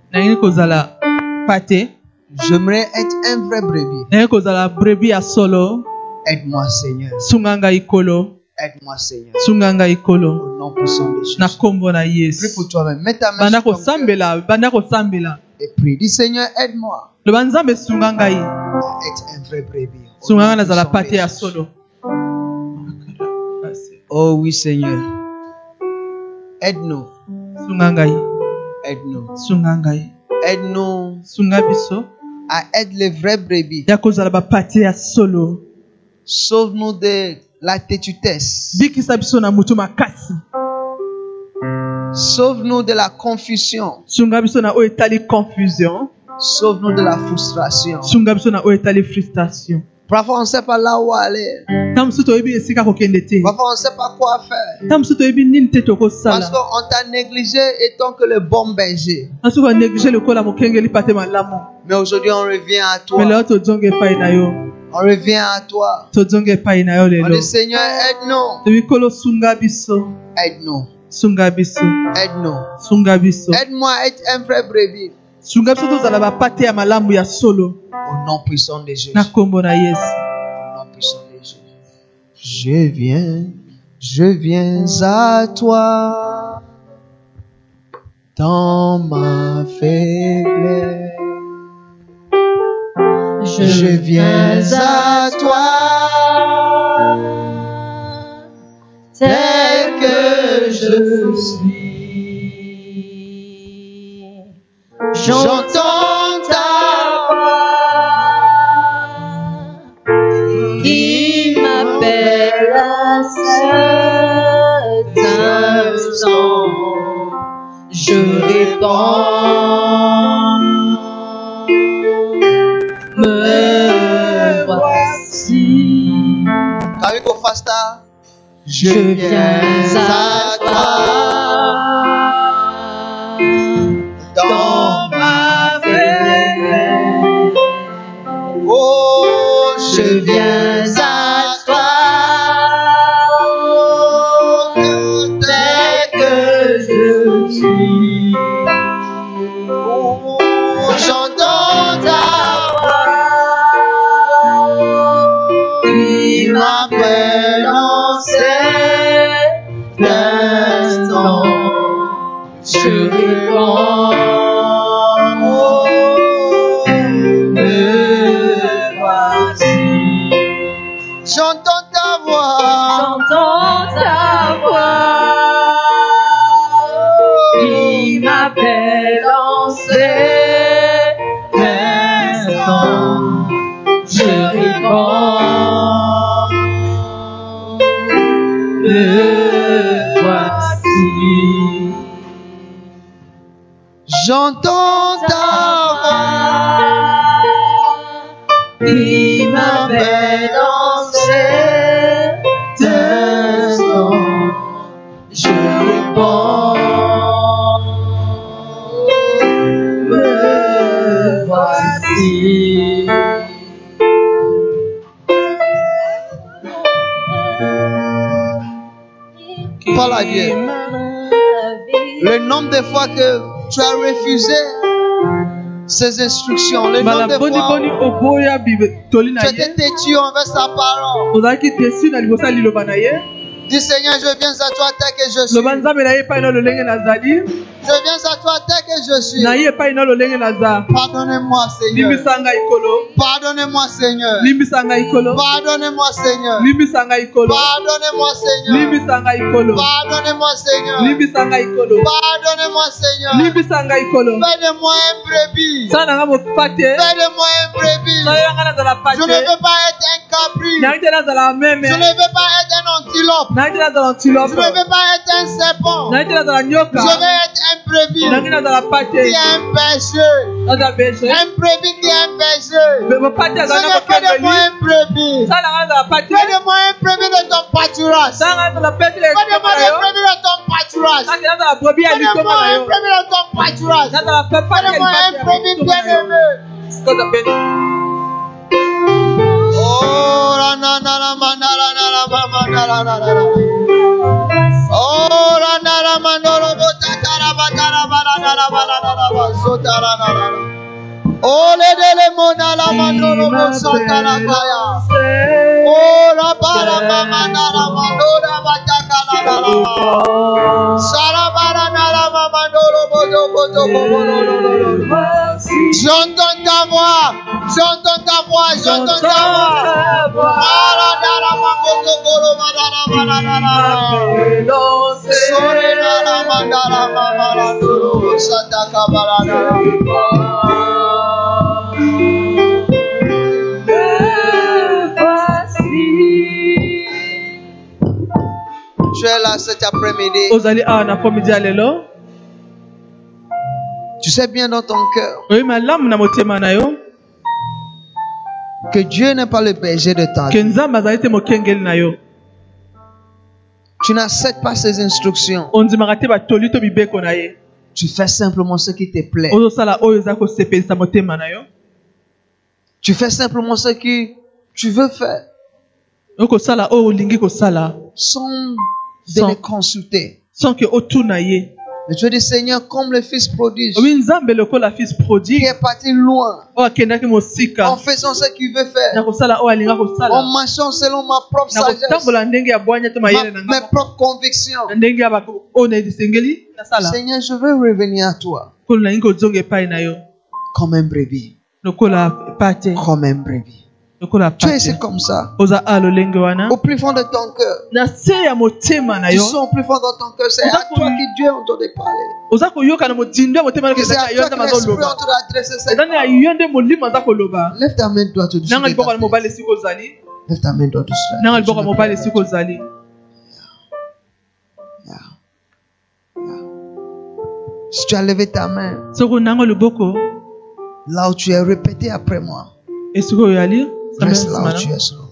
J'aimerais être un vrai brebis. Aide-moi, Seigneur. Aide-moi, Seigneur. Au nom puissant de Jésus. Prie pour toi-même. Mets ta main sur ton cœur. Et prie. Dis, Seigneur, aide-moi à être un vrai brebis. Oh oui, Seigneur. Aide-nous. Aide-nous. Aide-nous à être les vrais brebis. Sauve-nous de la têtutesse. Sauve-nous de la confusion. Sauve-nous de la frustration. Parfois on ne sait pas là où aller. Parfois on ne sait pas quoi faire. Parce qu'on t'a négligé étant que le bon berger. Mais aujourd'hui on revient à toi. On revient à toi. On dit, Seigneur, aide-nous. Aide-nous. Aide-nous. Aide-moi à être un vrai brebis. Au nom puissant de Jésus. Au nom puissant de Jésus. Je viens, je viens à toi dans ma faiblesse. Je viens à toi tel que je suis. J'entends ta voix qui m'appelle à cet instant. Je réponds. Me voici. Avec au fasta, je viens à toi dans ma faiblesse. Oh, je viens à toi je réponds. Me voici. J'entends ta voix. J'entends ta voix qui m'appelle en cet instant. Je réponds. Me voici. J'entends ta voix qui m'appelle en cet instant. Je réponds. Me voici. Parle à Dieu. Le nombre de fois que tu as refusé ses instructions, le nombre de fois tu étais têtu envers sa parole. Dis Seigneur, je viens à toi tel que je suis. Je viens à toi tel que je suis. Pardonnez-moi Seigneur. Pardonnez-moi Seigneur. Pardonnez-moi Seigneur. Pardonnez-moi Seigneur. Pardonnez-moi Seigneur. Pardonnez-moi Seigneur. Fais de moi un brebis. Fais de moi un brebis. Je ne veux pas être un cabri. Je ne veux pas être un antilope. Je ne veux pas être un serpent. Je veux être un brebis qui est un péché. Un brebis qui est un péché. Seigneur, fais de moi un brebis. Fais de moi un brebis de ton pâturage. Fais de moi un brebis de ton pâturage. Fais de moi un brebis de ton pâturage. Fais de moi un brebis bien-aimé. Oh, la na na la ma na la na la ma ma na la na la. Oh, la na la ma no lo bo ta ta la ba ta la ba la na la ba la na la ba so ta la na la. Oh, le de le mo na la ma no lo bo so ta la ka ya. Oh, la ba la ma ma na la ma no la ba ta ka la la la. Sa la ba la na la ma ma no lo bo do bo do bo bo lo lo lo. J'entends ta voix, j'entends ta voix, j'entends ta voix. Tu es là cet après-midi. Tu sais bien dans ton cœur que Dieu n'est pas le berger de ta vie. Tu n'acceptes pas ses instructions. Tu fais simplement ce qui te plaît. Tu fais simplement ce que tu veux faire sans de les consulter. Et tu dis Seigneur, comme le fils prodige qui est parti loin en faisant ce qu'il veut faire, en marchant selon ma propre sagesse, ma, mes propres convictions. Seigneur, je veux revenir à toi comme un brebis. Comme un brebis. Tu es ici comme ça. Au plus fond de ton cœur. Tu sens au plus fond de ton cœur. C'est à toi que Dieu entend parler. C'est à toi que l'Esprit entend adresser cette parole. Lève ta main droite au-dessus de ta tête. Lève ta main droite au-dessus de ta tête. Si tu as levé ta main, là où tu es, répété après moi. Reste là où tu es selon.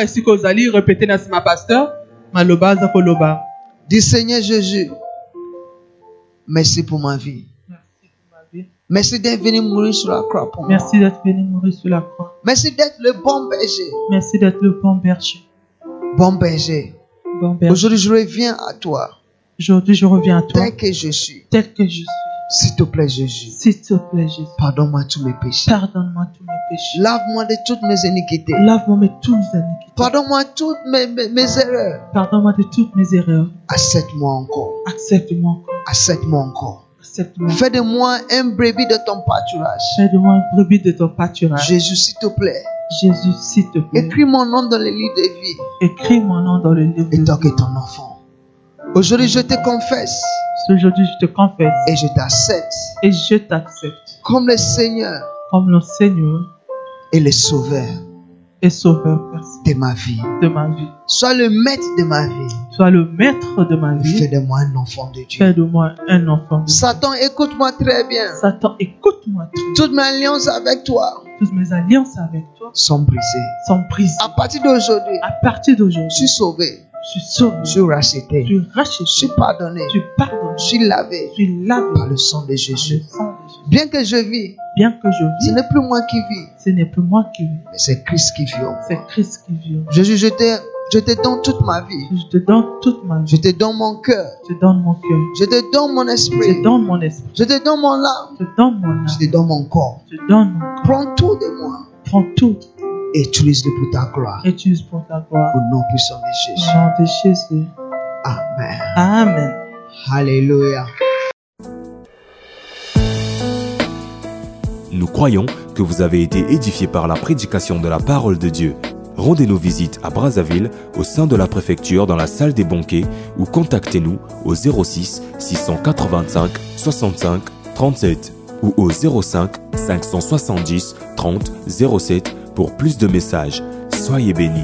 Dis Seigneur Jésus, merci pour ma vie. Merci d'être venu mourir sur la croix pour moi. Merci d'être venu mourir sur la croix. Merci d'être le bon berger. Merci d'être le bon berger. Bon berger. Bon berger. Aujourd'hui, je reviens à toi. Aujourd'hui, je reviens à toi. Tel que je suis. Tel que je suis. S'il te plaît, Jésus. S'il te plaît, Jésus. Pardonne-moi tous mes péchés. Pardonne-moi tous mes péchés. Lave-moi de toutes mes iniquités. Lave-moi de toutes mes iniquités. Pardonne-moi toutes mes, mes, mes erreurs. Pardonne-moi de toutes mes erreurs. Accepte-moi encore. Accepte Accepte-moi encore. Accepte-moi encore. Accepte-moi. Fais de moi un brebis de ton pâturage. Fais de moi un brebis de ton pâturage. Jésus, s'il te plaît. Jésus, s'il te plaît. Écris mon nom dans le livre de vie. Écris mon nom dans le livre de vie. Et tant que ton enfant. Aujourd'hui, je te confesse. Aujourd'hui, je te confesse. Et je t'accepte. Et je t'accepte. Comme le Seigneur. Comme le Seigneur. Et le Sauveur. Et Sauveur, merci. De ma vie. De ma vie. Sois le maître de ma vie. Sois le maître de ma vie. Fais de moi un enfant de Dieu. Fais de moi un enfant de Dieu. Satan, écoute-moi très bien. Satan, écoute-moi très bien. Toutes mes alliances avec toi. Toutes mes alliances avec toi sont brisées. Sont brisées. À partir d'aujourd'hui. À partir d'aujourd'hui. Je suis sauvé. Je suis sauvé. Je suis racheté. Je suis racheté. Je suis pardonné. Je suis pardonné. Je suis lavé. Je suis lavé par le sang de Jésus. Sang de Jésus. Bien que je vis. Bien que je vis. Ce n'est plus moi qui vis. Ce n'est plus moi qui vis. Mais c'est Christ qui vit. C'est Christ qui vit. Jésus, je te, je te donne toute ma vie. Je te donne toute ma vie. Je te donne mon cœur. Je te donne mon cœur. Je te donne mon esprit. Je te donne mon esprit. Je te donne mon âme. Je te donne mon âme. Je te donne mon corps. Je te donne mon corps. Prends tout de moi. Prends tout. Et utilise-le pour ta gloire. Utilise pour ta gloire. Au nom puissant de Jésus. Au nom de Jésus. Amen. Amen. Alléluia. Nous croyons que vous avez été édifiés par la prédication de la parole de Dieu. Rendez-nous visite à Brazzaville, au sein de la préfecture, dans la salle des banquets, ou contactez-nous au zéro six six cent quatre-vingt-cinq soixante-cinq trente-sept ou au zéro cinq cinq cent soixante-dix trente zéro sept pour plus de messages. Soyez bénis.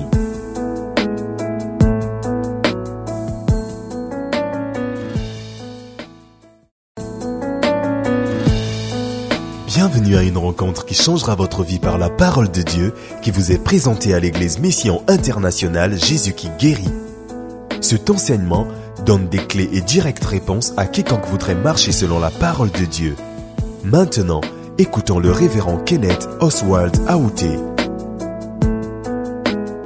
Bienvenue à une rencontre qui changera votre vie par la parole de Dieu qui vous est présentée à l'église Mission Internationale Jésus qui guérit. Cet enseignement donne des clés et directes réponses à quiconque voudrait marcher selon la parole de Dieu. Maintenant, écoutons le révérend Kenneth Oswald Aouté.